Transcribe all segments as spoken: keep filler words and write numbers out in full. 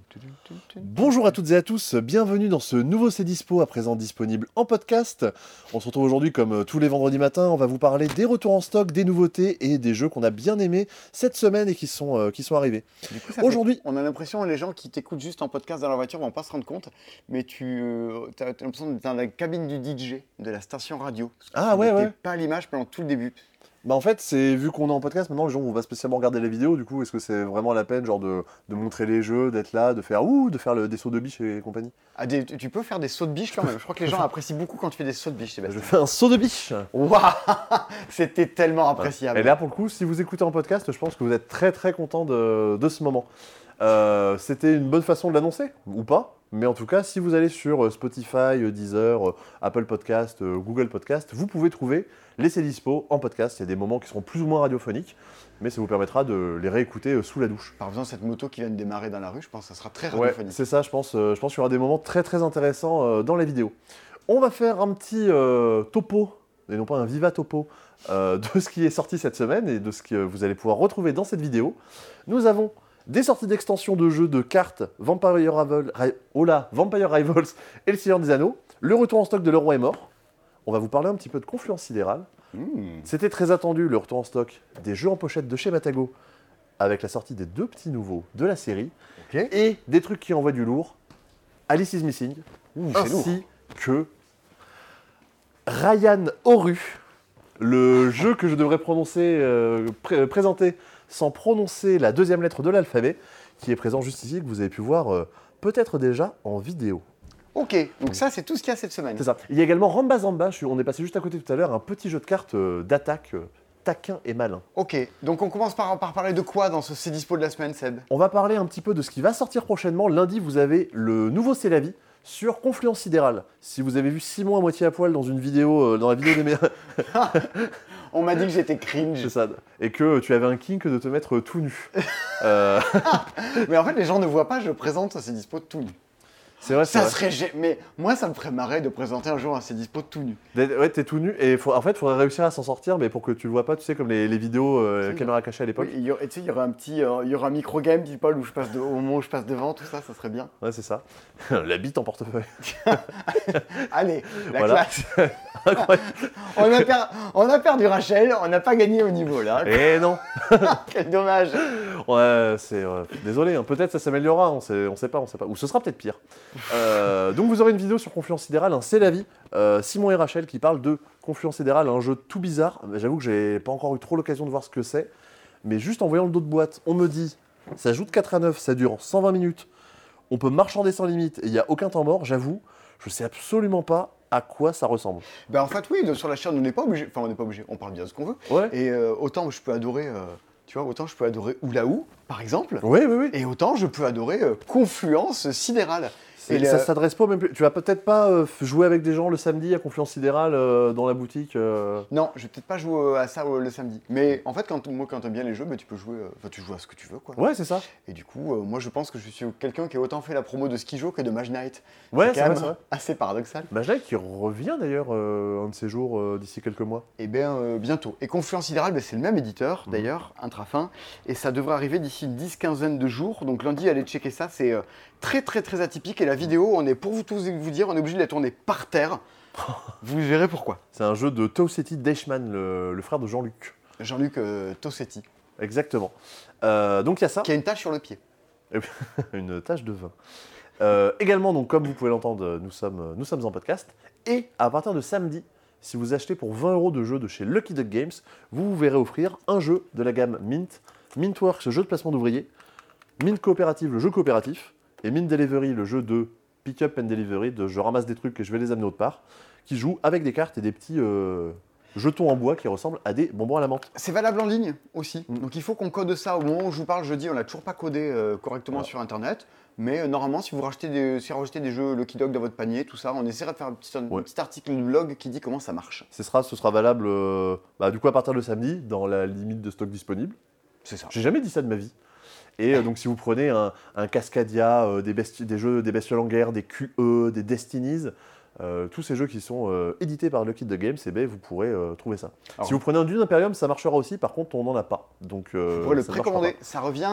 Bonjour à toutes et à tous, bienvenue dans ce nouveau C'est Dispo, à présent disponible en podcast. On se retrouve aujourd'hui comme tous les vendredis matins, on va vous parler des retours en stock, des nouveautés et des jeux qu'on a bien aimés cette semaine et qui sont, euh, qui sont arrivés. Du coup, ça Aujourd'hui, fait- on a l'impression que les gens qui t'écoutent juste en podcast dans leur voiture vont pas se rendre compte, mais tu euh, as l'impression d'être dans la cabine du D J de la station radio. Parce que Ah, tu ouais, n'étais ouais. pas à l'image pendant tout le début. bah en fait, c'est vu qu'on est en podcast, maintenant les gens vont pas spécialement regarder les vidéos, du coup, est-ce que c'est vraiment la peine genre de, de montrer les jeux, d'être là, de faire ouh, de faire le, des sauts de biche et compagnie? Ah, des- tu tu peux faire des sauts de biche quand même. Je crois que les gens apprécient beaucoup quand tu fais des sauts de biche, Je Sébastien. fais un saut de biche. Waouh. C'était tellement appréciable. Et là, pour le coup, si vous écoutez en podcast, je pense que vous êtes très très content de, de ce moment. Euh, C'était une bonne façon de l'annoncer, ou pas. Mais en tout cas, si vous allez sur euh, Spotify, euh, Deezer, euh, Apple Podcast, euh, Google Podcast, vous pouvez trouver les C'est Dispo en podcast. Il y a des moments qui seront plus ou moins radiophoniques, mais ça vous permettra de les réécouter euh, sous la douche. Par exemple, cette moto qui vient de démarrer dans la rue, je pense que ça sera très Ouais, radiophonique. c'est ça, je pense. euh, je pense qu'il y aura des moments très très intéressants euh, dans les vidéos. On va faire un petit euh, topo, et non pas un viva topo, euh, de ce qui est sorti cette semaine et de ce que vous allez pouvoir retrouver dans cette vidéo. Nous avons des sorties d'extensions de jeux de cartes Vampire Rivals, Ri- oh là, Vampire Rivals et le Seigneur des Anneaux, le retour en stock de Le Roi est mort. On va vous parler un petit peu de Confluence Sidérale. Mmh. C'était très attendu, le retour en stock des jeux en pochette de chez Matago, avec la sortie des deux petits nouveaux de la série, Ok. et des trucs qui envoient du lourd, Alice is Missing, Ouh, c'est lourd. ainsi que Ryan Oru, le jeu que je devrais prononcer, euh, pré- présenter sans prononcer la deuxième lettre de l'alphabet, qui est présent juste ici, que vous avez pu voir euh, peut-être déjà en vidéo. Ok, donc ça, c'est tout ce qu'il y a cette semaine. C'est ça. Il y a également Rambazamba, je suis- on est passé juste à côté tout à l'heure, un petit jeu de cartes euh, d'attaque euh, taquin et malin. Ok, donc on commence par, par parler de quoi dans ce C'est Dispo de la semaine, Seb? On va parler un petit peu de ce qui va sortir prochainement. Lundi, vous avez le nouveau C'est la vie sur Confluence Sidérale. Si vous avez vu Simon à moitié à poil dans une vidéo, euh, dans la vidéo des meilleurs, On m'a dit que j'étais cringe. c'est ça, et que tu avais un kink de te mettre tout nu. Euh, Mais en fait, les gens ne voient pas, je présente C'est Dispo tout nu. c'est vrai, c'est Ça vrai. serait gé- Mais moi, ça me ferait marrer de présenter un jour un C'est Dispo tout nu. D'être- Ouais, t'es tout nu, et faut- en fait, il faudrait réussir à s'en sortir, mais pour que tu le vois pas, tu sais, comme les, les vidéos euh, Si. caméra cachée à l'époque. Oui, il y aurait, tu sais, il y aurait un petit, euh, il y aura un micro game, dis pas, où je passe de, au moment où je passe devant, tout ça, ça serait bien. Ouais, c'est ça. La bite en portefeuille. Allez, la Voilà. classe. Incroyable. On a, per- on a perdu Rachel, on n'a pas gagné au niveau là. Et non. Quel dommage. Ouais, c'est euh, désolé. hein. Peut-être ça s'améliorera. On sait, on sait pas, on sait pas. Ou ce sera peut-être pire. Euh, donc vous aurez une vidéo sur Confluence Sidérale, un C'est la vie. Euh, Simon et Rachel qui parlent de Confluence Sidérale, un jeu tout bizarre. J'avoue que j'ai pas encore eu trop l'occasion de voir ce que c'est, mais juste en voyant le dos de boîte, on me dit ça joue de quatre à neuf, ça dure cent vingt minutes. On peut marchander sans limite et il y a aucun temps mort. J'avoue, je sais absolument pas à quoi ça ressemble. Ben en fait, oui, de- sur la chaîne, on n'est pas obligé. Enfin, on n'est pas obligé. On parle bien de ce qu'on veut. Ouais. Et euh, autant je peux adorer, euh, tu vois, autant je peux adorer Oula Ou, par exemple. Oui, oui, oui. Et autant je peux adorer euh, Confluence Sidérale. Et Et ça le- s'adresse pas au même plus. Tu vas peut-être pas euh, f- jouer avec des gens le samedi à Confluence Sidérale euh, dans la boutique. euh. Non, je vais peut-être pas jouer à ça euh, le samedi. Mais en fait, quand, moi, quand t'aimes bien les jeux, bah, tu peux jouer. euh, Enfin, tu joues à ce que tu veux, quoi. Ouais, c'est ça. Et du coup, euh, moi, je pense que je suis quelqu'un qui a autant fait la promo de Skijo que de Mage Knight. Ouais, c'est c'est quand vrai, même c'est vrai. assez paradoxal. Majda qui revient d'ailleurs euh, un de ces jours euh, d'ici quelques mois. Et bien, euh, bientôt. Et Confluence Sidérale, bah, c'est le même éditeur, Mhm. d'ailleurs, Intrafin. Et ça devrait arriver d'ici une dix quinzaine de jours. Donc lundi, allez checker ça. C'est euh, très, très, très atypique. Et la vidéo, on est, pour vous tous vous dire, on est obligé de la tourner par terre. Vous verrez pourquoi. C'est un jeu de Tauseti Deichmann, le, le frère de Jean-Luc. Jean-Luc euh, Tossetti, Exactement. Euh, donc il y a ça, qui a une tache sur le pied. une tache de vin. Euh, également, donc comme vous pouvez l'entendre, nous sommes, nous sommes en podcast. Et à partir de samedi, si vous achetez pour vingt euros de jeux de chez Lucky Duck Games, vous vous verrez offrir un jeu de la gamme Mint, Mintworks, jeu de placement d'ouvriers, Mint Coopérative, le jeu coopératif, et Mint Delivery, le jeu de pick-up and delivery, de je ramasse des trucs et je vais les amener autre part, qui joue avec des cartes et des petits euh, jetons en bois qui ressemblent à des bonbons à la menthe. C'est valable en ligne aussi. Mm. Donc il faut qu'on code ça. Au moment où je vous parle jeudi, on l'a toujours pas codé euh, correctement Voilà. sur Internet. Mais euh, normalement, si vous rachetez des, si vous rachetez des jeux Lucky Dog dans votre panier, tout ça, on essaiera de faire un petit, un Ouais. petit article de blog qui dit comment ça marche. Ce sera, ce sera valable euh, bah, du coup à partir de samedi, dans la limite de stock disponible. C'est ça. J'ai jamais dit ça de ma vie. Et euh, donc si vous prenez un, un Cascadia, euh, des, besti- des jeux, des bestioles en guerre, des Q E, des Destinies, euh, tous ces jeux qui sont euh, édités par Lucky Duck Games, eh ben, vous pourrez euh, trouver ça. Alors, si vous prenez un Dune Imperium, ça marchera aussi, par contre on n'en a pas. Donc, euh, vous pourrez le ça ne marchera précommander. pas. Ça revient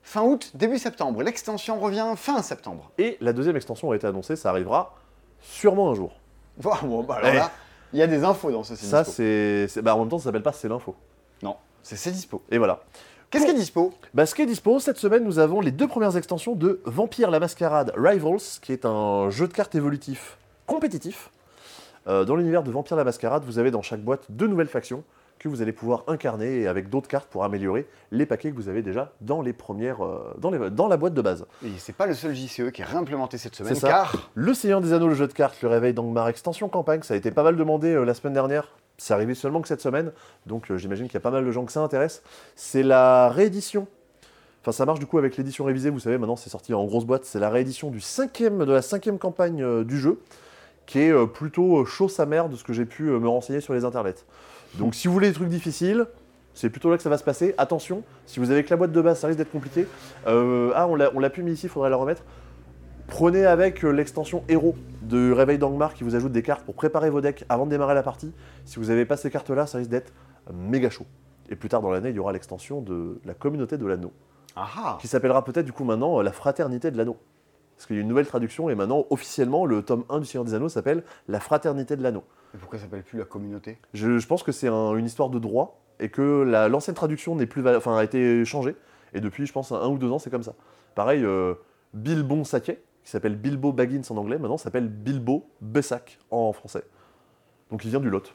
fin août, début septembre. L'extension revient fin septembre. Et la deuxième extension a été annoncée, ça arrivera sûrement un jour. Bon, bon, bah alors Allez. là, il y a des infos dans ce C'est Ça, dispo. c'est... c'est- Bah, en même temps, ça s'appelle pas C'est l'info. Non, c'est c'est dispo. Et voilà. Qu'est-ce qui est dispo? Bah, ce qui est dispo, cette semaine, nous avons les deux premières extensions de Vampire la Mascarade Rivals, qui est un jeu de cartes évolutif compétitif. Euh, dans l'univers de Vampire la Mascarade, vous avez dans chaque boîte deux nouvelles factions que vous allez pouvoir incarner et avec d'autres cartes pour améliorer les paquets que vous avez déjà dans les premières, euh, dans, les, dans la boîte de base. Et c'est pas le seul J C E qui est réimplémenté cette semaine, C'est ça. car Le Seigneur des Anneaux, le jeu de cartes, le Réveil d'Angmar extension campagne, ça a été pas mal demandé euh, la semaine dernière. C'est arrivé seulement que cette semaine, donc euh, j'imagine qu'il y a pas mal de gens que ça intéresse. C'est la réédition. Enfin, ça marche du coup avec l'édition révisée, vous savez, maintenant c'est sorti en grosse boîte. C'est la réédition du cinquième, de la cinquième campagne euh, du jeu, qui est euh, plutôt euh, chaud sa mère de ce que j'ai pu euh, me renseigner sur les internets. Donc si vous voulez des trucs difficiles, c'est plutôt là que ça va se passer. Attention, si vous avez que la boîte de base, ça risque d'être compliqué. Euh, ah, on l'a, on l'a pu mis ici, il faudrait la remettre. Prenez avec euh, l'extension Héros de Réveil d'Angmar qui vous ajoute des cartes pour préparer vos decks avant de démarrer la partie. Si vous n'avez pas ces cartes-là, ça risque d'être euh, méga chaud. Et plus tard dans l'année, il y aura l'extension de la communauté de l'anneau, ah ah. qui s'appellera peut-être du coup maintenant euh, la Fraternité de l'anneau. Parce qu'il y a une nouvelle traduction et maintenant, officiellement, le tome un du Seigneur des Anneaux s'appelle la Fraternité de l'anneau. Et pourquoi ça s'appelle plus la communauté? Je, je pense que c'est un- une histoire de droit et que la- l'ancienne traduction n'est plus val- enfin, a été changée. Et depuis, je pense, un, un ou deux ans, c'est comme ça. Pareil, euh, Bilbon Saquet, qui s'appelle Bilbo Baggins en anglais, maintenant s'appelle Bilbo Bessac en français. Donc il vient du Lot.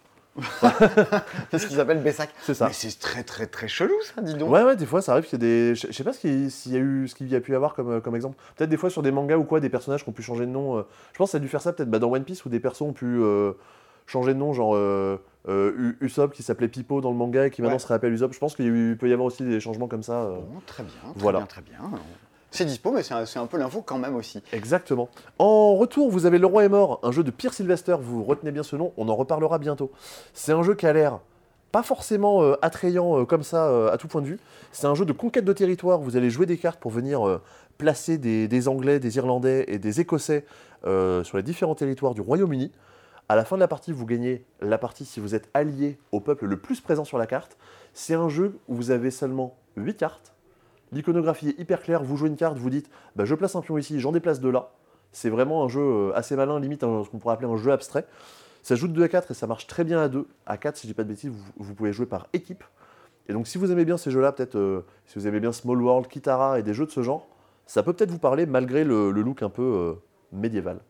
Qu'est-ce qu'ils appellent Bessac? C'est ça. Mais c'est très très très chelou ça, dis donc. Ouais, ouais, des fois, ça arrive qu'il y ait des. Je je sais pas ce qu'il s'il y a eu, ce qu'il y a pu y avoir comme, euh, comme exemple. Peut-être des fois sur des mangas ou quoi, des personnages qui ont pu changer de nom. euh, Je pense que ça a dû faire ça peut-être bah, dans One Piece où des persos ont pu euh, changer de nom, genre euh, euh, U- Usopp qui s'appelait Pipo dans le manga et qui maintenant Ouais. se réappelle Usopp. Je pense qu'il y a eu- peut y avoir aussi des changements comme ça. euh. Bon, très bien, très Voilà. bien, très bien. C'est dispo, mais c'est un, c'est un peu l'info quand même aussi. Exactement. En retour, vous avez Le Roi est mort, un jeu de Pierre Sylvester, vous retenez bien ce nom, on en reparlera bientôt. C'est un jeu qui a l'air pas forcément euh, attrayant euh, comme ça euh, à tout point de vue. C'est un jeu de conquête de territoire, vous allez jouer des cartes pour venir euh, placer des, des Anglais, des Irlandais et des Écossais euh, sur les différents territoires du Royaume-Uni. À la fin de la partie, vous gagnez la partie si vous êtes allié au peuple le plus présent sur la carte. C'est un jeu où vous avez seulement huit cartes. L'iconographie est hyper claire, vous jouez une carte, vous dites bah, je place un pion ici, j'en déplace deux là. C'est vraiment un jeu euh, assez malin, limite un- ce qu'on pourrait appeler un jeu abstrait. Ça joue de deux à quatre et ça marche très bien à deux. À quatre, si je dis pas de bêtises, vous, vous pouvez jouer par équipe. Et donc si vous aimez bien ces jeux-là, peut-être euh, si vous aimez bien Small World, Kitara et des jeux de ce genre, ça peut peut-être vous parler malgré le, le look un peu euh, médiéval.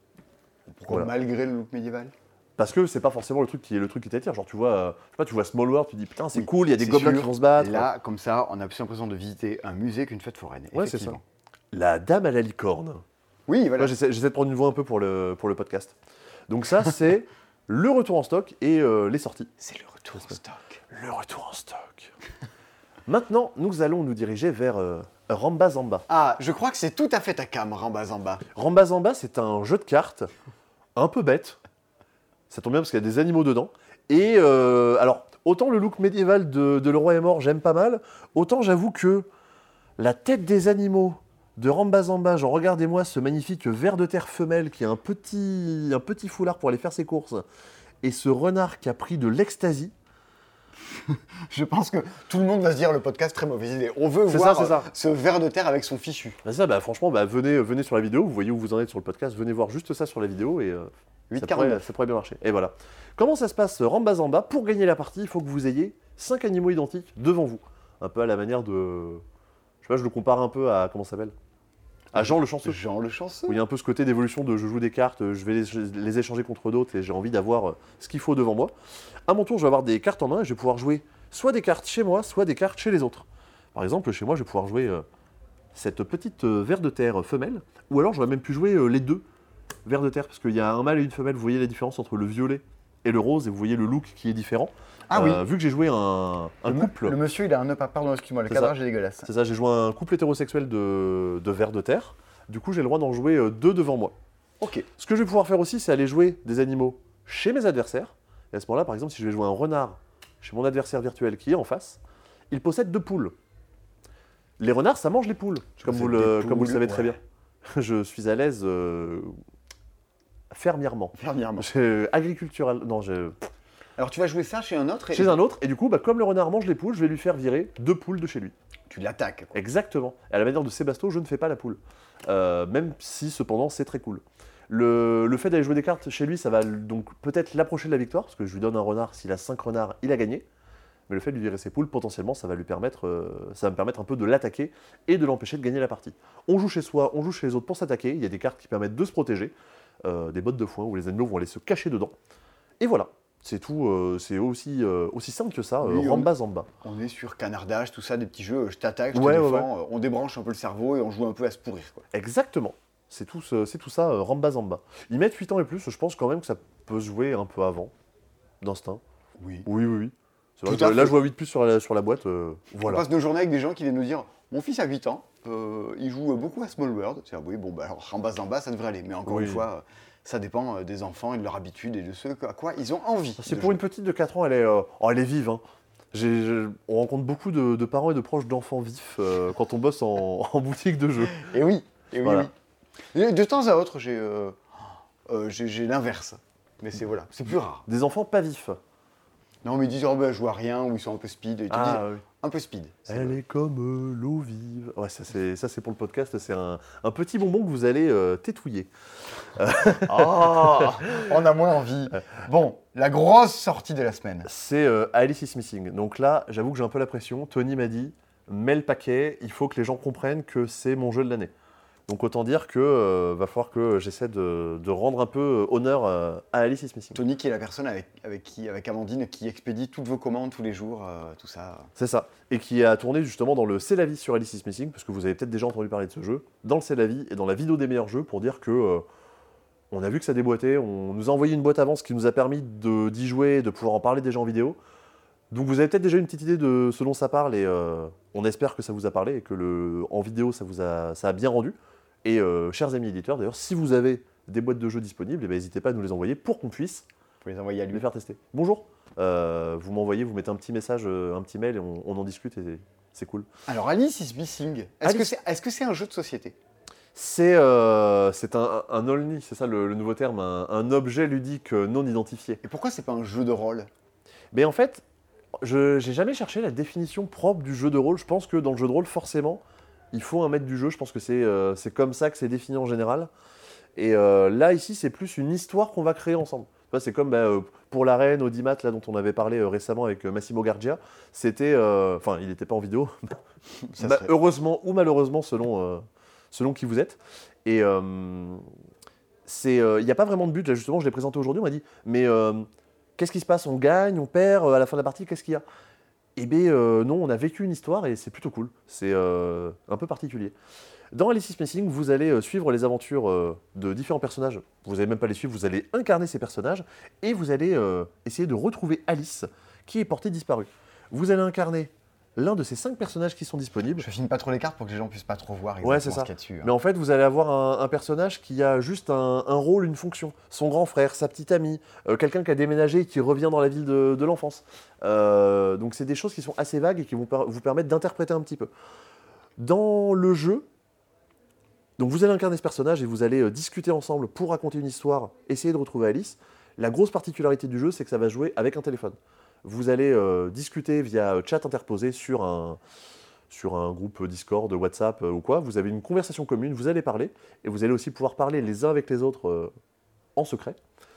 Pourquoi Voilà. malgré le look médiéval? Parce que c'est pas forcément le truc qui est le truc qui t'attire. Genre tu vois, euh, je sais pas, tu vois Small World, tu dis putain c'est Oui, cool, il y a des c'est gobelins sûr. qui vont se battre. Et là, comme ça, on a plus l'impression de visiter un musée qu'une fête foraine. Ouais, c'est effectivement. La Dame à la licorne. Oui, voilà. Moi, j'essaie, j'essaie de prendre une voix un peu pour le, pour le podcast. Donc ça, c'est le retour en stock et euh, les sorties. C'est le retour en stock. Le retour en stock. Maintenant, nous allons nous diriger vers euh, Rambazamba. Ah, je crois que c'est tout à fait ta cam, Rambazamba. Rambazamba, c'est un jeu de cartes un peu bête. Ça tombe bien parce qu'il y a des animaux dedans. Et euh, alors, autant le look médiéval de, de Le Roi est mort, j'aime pas mal. Autant j'avoue que la tête des animaux de Rambazamba, genre regardez-moi ce magnifique ver de terre femelle qui a un petit, un petit foulard pour aller faire ses courses, et ce renard qui a pris de l'ecstasy. Je pense que tout le monde va se dire le podcast, très mauvaise idée. On veut C'est voir ça, c'est ça. euh, ce ver de terre avec son fichu. Bah ça, bah, franchement, bah, venez, venez sur la vidéo, vous voyez où vous en êtes sur le podcast, venez voir juste ça sur la vidéo et euh, huit ça, pourrait, quarante-neuf. ça pourrait bien marcher. Et voilà. Comment ça se passe Rambazamba? Pour gagner la partie, il faut que vous ayez cinq animaux identiques devant vous. Un peu à la manière de... Je sais pas, je le compare un peu à... Comment ça s'appelle? À Jean le Chanceux. Jean le chanceux. Où il y a un peu ce côté d'évolution de je joue des cartes, je vais les, les échanger contre d'autres et j'ai envie d'avoir euh, ce qu'il faut devant moi. À mon tour, je vais avoir des cartes en main et je vais pouvoir jouer soit des cartes chez moi, soit des cartes chez les autres. Par exemple, chez moi, je vais pouvoir jouer euh, cette petite euh, ver de terre femelle, ou alors j'aurais même pu jouer euh, les deux vers de terre, parce qu'il y a un mâle et une femelle, vous voyez la différence entre le violet et le rose, et vous voyez le look qui est différent. Ah Euh, Vu que j'ai joué un, un le, couple, le monsieur, il a un nœud, pardon, excuse-moi, le C'est cadrage est dégueulasse. c'est ça, j'ai joué un couple hétérosexuel de, de vers de terre, du coup j'ai le droit d'en jouer euh, deux devant moi. Ok. Ce que je vais pouvoir faire aussi, c'est aller jouer des animaux chez mes adversaires. Et à ce moment-là, par exemple, si je vais jouer un renard chez mon adversaire virtuel qui est en face, il possède deux poules. Les renards, ça mange les poules, comme vous, possède le, des comme vous le poules, savez très ouais. bien. Je suis à l'aise euh, fermièrement. Dernièrement. J'ai- Agricultural. Non, j'ai- Alors tu vas jouer ça chez un autre et... chez un autre, et du coup, bah, comme le renard mange les poules, je vais lui faire virer deux poules de chez lui. tu l'attaques. quoi. Exactement. À la manière de Sébasto, je ne fais pas la poule. Euh, même si cependant c'est très cool. Le, le fait d'aller jouer des cartes chez lui, ça va l- donc peut-être l'approcher de la victoire, parce que je lui donne un renard, s'il a cinq renards, il a gagné. Mais le fait de lui virer ses poules, potentiellement, ça va lui permettre, euh, ça va me permettre un peu de l'attaquer et de l'empêcher de gagner la partie. On joue chez soi, on joue chez les autres pour s'attaquer. Il y a des cartes qui permettent de se protéger, euh, des bottes de foin où les animaux vont aller se cacher dedans. Et voilà, c'est tout, euh, c'est aussi, euh, aussi simple que ça, euh, Oui, on- Ramba Zamba. On est sur canardage, tout ça, des petits jeux, je t'attaque, je Ouais, te ouais, défends, euh, on débranche un peu le cerveau et on joue un peu à se pourrir. Quoi. Exactement. C'est tout, ce- c'est tout ça, euh, Ramba Zamba. Ils mettent huit ans et plus, je pense quand même que ça peut se jouer un peu avant, d'instinct. Oui. Oui, oui, oui. C'est vrai Tout que à là, fait. je vois huit plus sur la, sur la boîte, euh, On voilà. passe nos journées avec des gens qui viennent nous dire mon fils a huit ans, euh, il joue beaucoup à Small World. C'est oui, bon, bah alors Ramba Zamba, ça devrait aller. Mais encore Oui. une fois, euh, ça dépend euh, des enfants et de leur habitude et de ce à quoi ils ont envie. C'est de pour jouer. une petite de quatre ans, elle est, euh, oh, elle est vive. Hein. J'ai- j'ai- on rencontre beaucoup de, de parents et de proches d'enfants vifs euh, quand on bosse en, en boutique de jeux. Et oui, et oui, Voilà. oui. Et de temps à autre, j'ai euh, euh, j'ai j'ai l'inverse. Mais c'est voilà, c'est plus rare. Des enfants pas vifs. Non, mais ils disent oh, bah, je vois rien ou ils sont un peu speed. Et ils te disent, Ah, oui. un peu speed. C'est Elle vrai. est comme euh, l'eau vive. Ouais, ça c'est, ça, c'est pour le podcast, c'est un, un petit bonbon que vous allez euh, tétouiller. Oh, on a moins envie. Bon, la grosse sortie de la semaine. C'est euh, Alice is Missing. Donc là, j'avoue que j'ai un peu la pression. Tony m'a dit, mets le paquet, il faut que les gens comprennent que c'est mon jeu de l'année. Donc autant dire que euh, va falloir que j'essaie de, de rendre un peu honneur euh, à Alice is Missing. Tony qui est la personne avec, avec qui, avec Amandine, qui expédie toutes vos commandes tous les jours, euh, tout ça. C'est ça. Et qui a tourné justement dans le C'est la vie sur Alice is Missing, parce que vous avez peut-être déjà entendu parler de ce jeu, dans le C'est la vie et dans la vidéo des meilleurs jeux, pour dire que euh, on a vu que ça déboîtait, on nous a envoyé une boîte avant, ce qui nous a permis de, d'y jouer, de pouvoir en parler déjà en vidéo. Donc vous avez peut-être déjà une petite idée de ce dont ça parle, et euh, on espère que ça vous a parlé, et que le, en vidéo ça vous a, ça a bien rendu. Et euh, chers amis éditeurs, d'ailleurs, si vous avez des boîtes de jeux disponibles, eh ben, n'hésitez pas à nous les envoyer pour qu'on puisse Faut les envoyer à les lui. faire tester. Bonjour, euh, vous m'envoyez, vous mettez un petit message, euh, un petit mail, et on, on en discute, et c'est cool. Alors Alice is Missing. Est-ce Alice- que c'est est-ce que c'est un jeu de société? C'est euh, c'est un, un only, c'est ça le, le nouveau terme, un, un objet ludique euh, non identifié. Et pourquoi c'est pas un jeu de rôle? Mais en fait, je j'ai jamais cherché la définition propre du jeu de rôle. Je pense que dans le jeu de rôle, forcément, il faut un maître du jeu. Je pense que c'est euh, c'est comme ça que c'est défini en général. Et euh, là, ici, c'est plus une histoire qu'on va créer ensemble. Tu vois, c'est comme bah, euh, pour l'arène, Audimat, là dont on avait parlé euh, récemment avec euh, Massimo Gardia. C'était, euh, enfin, il n'était pas en vidéo, Ça Bah, serait- heureusement ou malheureusement selon, euh, selon qui vous êtes. Et euh, c'est, il n'y a pas vraiment de but. Là, justement, je l'ai présenté aujourd'hui. On m'a dit, mais euh, qu'est-ce qui se passe? On gagne, on perd euh, à la fin de la partie? Qu'est-ce qu'il y a? Eh bien, euh, non, on a vécu une histoire et c'est plutôt cool. C'est euh, un peu particulier. Dans Alice is Missing, vous allez euh, suivre les aventures euh, de différents personnages. Vous n'allez même pas les suivre, vous allez incarner ces personnages et vous allez euh, essayer de retrouver Alice, qui est portée disparue. Vous allez incarner l'un de ces cinq personnages qui sont disponibles. Je filme pas trop les cartes pour que les gens puissent pas trop voir Ouais, exactement c'est ça. ce qu'il y a dessus. hein. Mais en fait, vous allez avoir un, un personnage qui a juste un, un rôle, une fonction. Son grand frère, sa petite amie, euh, quelqu'un qui a déménagé et qui revient dans la ville de, de l'enfance. Euh, donc c'est des choses qui sont assez vagues et qui vont per- vous permettre d'interpréter un petit peu. Dans le jeu, donc vous allez incarner ce personnage et vous allez euh, discuter ensemble pour raconter une histoire, essayer de retrouver Alice. La grosse particularité du jeu, c'est que ça va jouer avec un téléphone. Vous allez euh, discuter via euh, chat interposé sur un, sur un groupe Discord, WhatsApp euh, ou quoi. Vous avez une conversation commune, vous allez parler, et vous allez aussi pouvoir parler les uns avec les autres euh, en secret.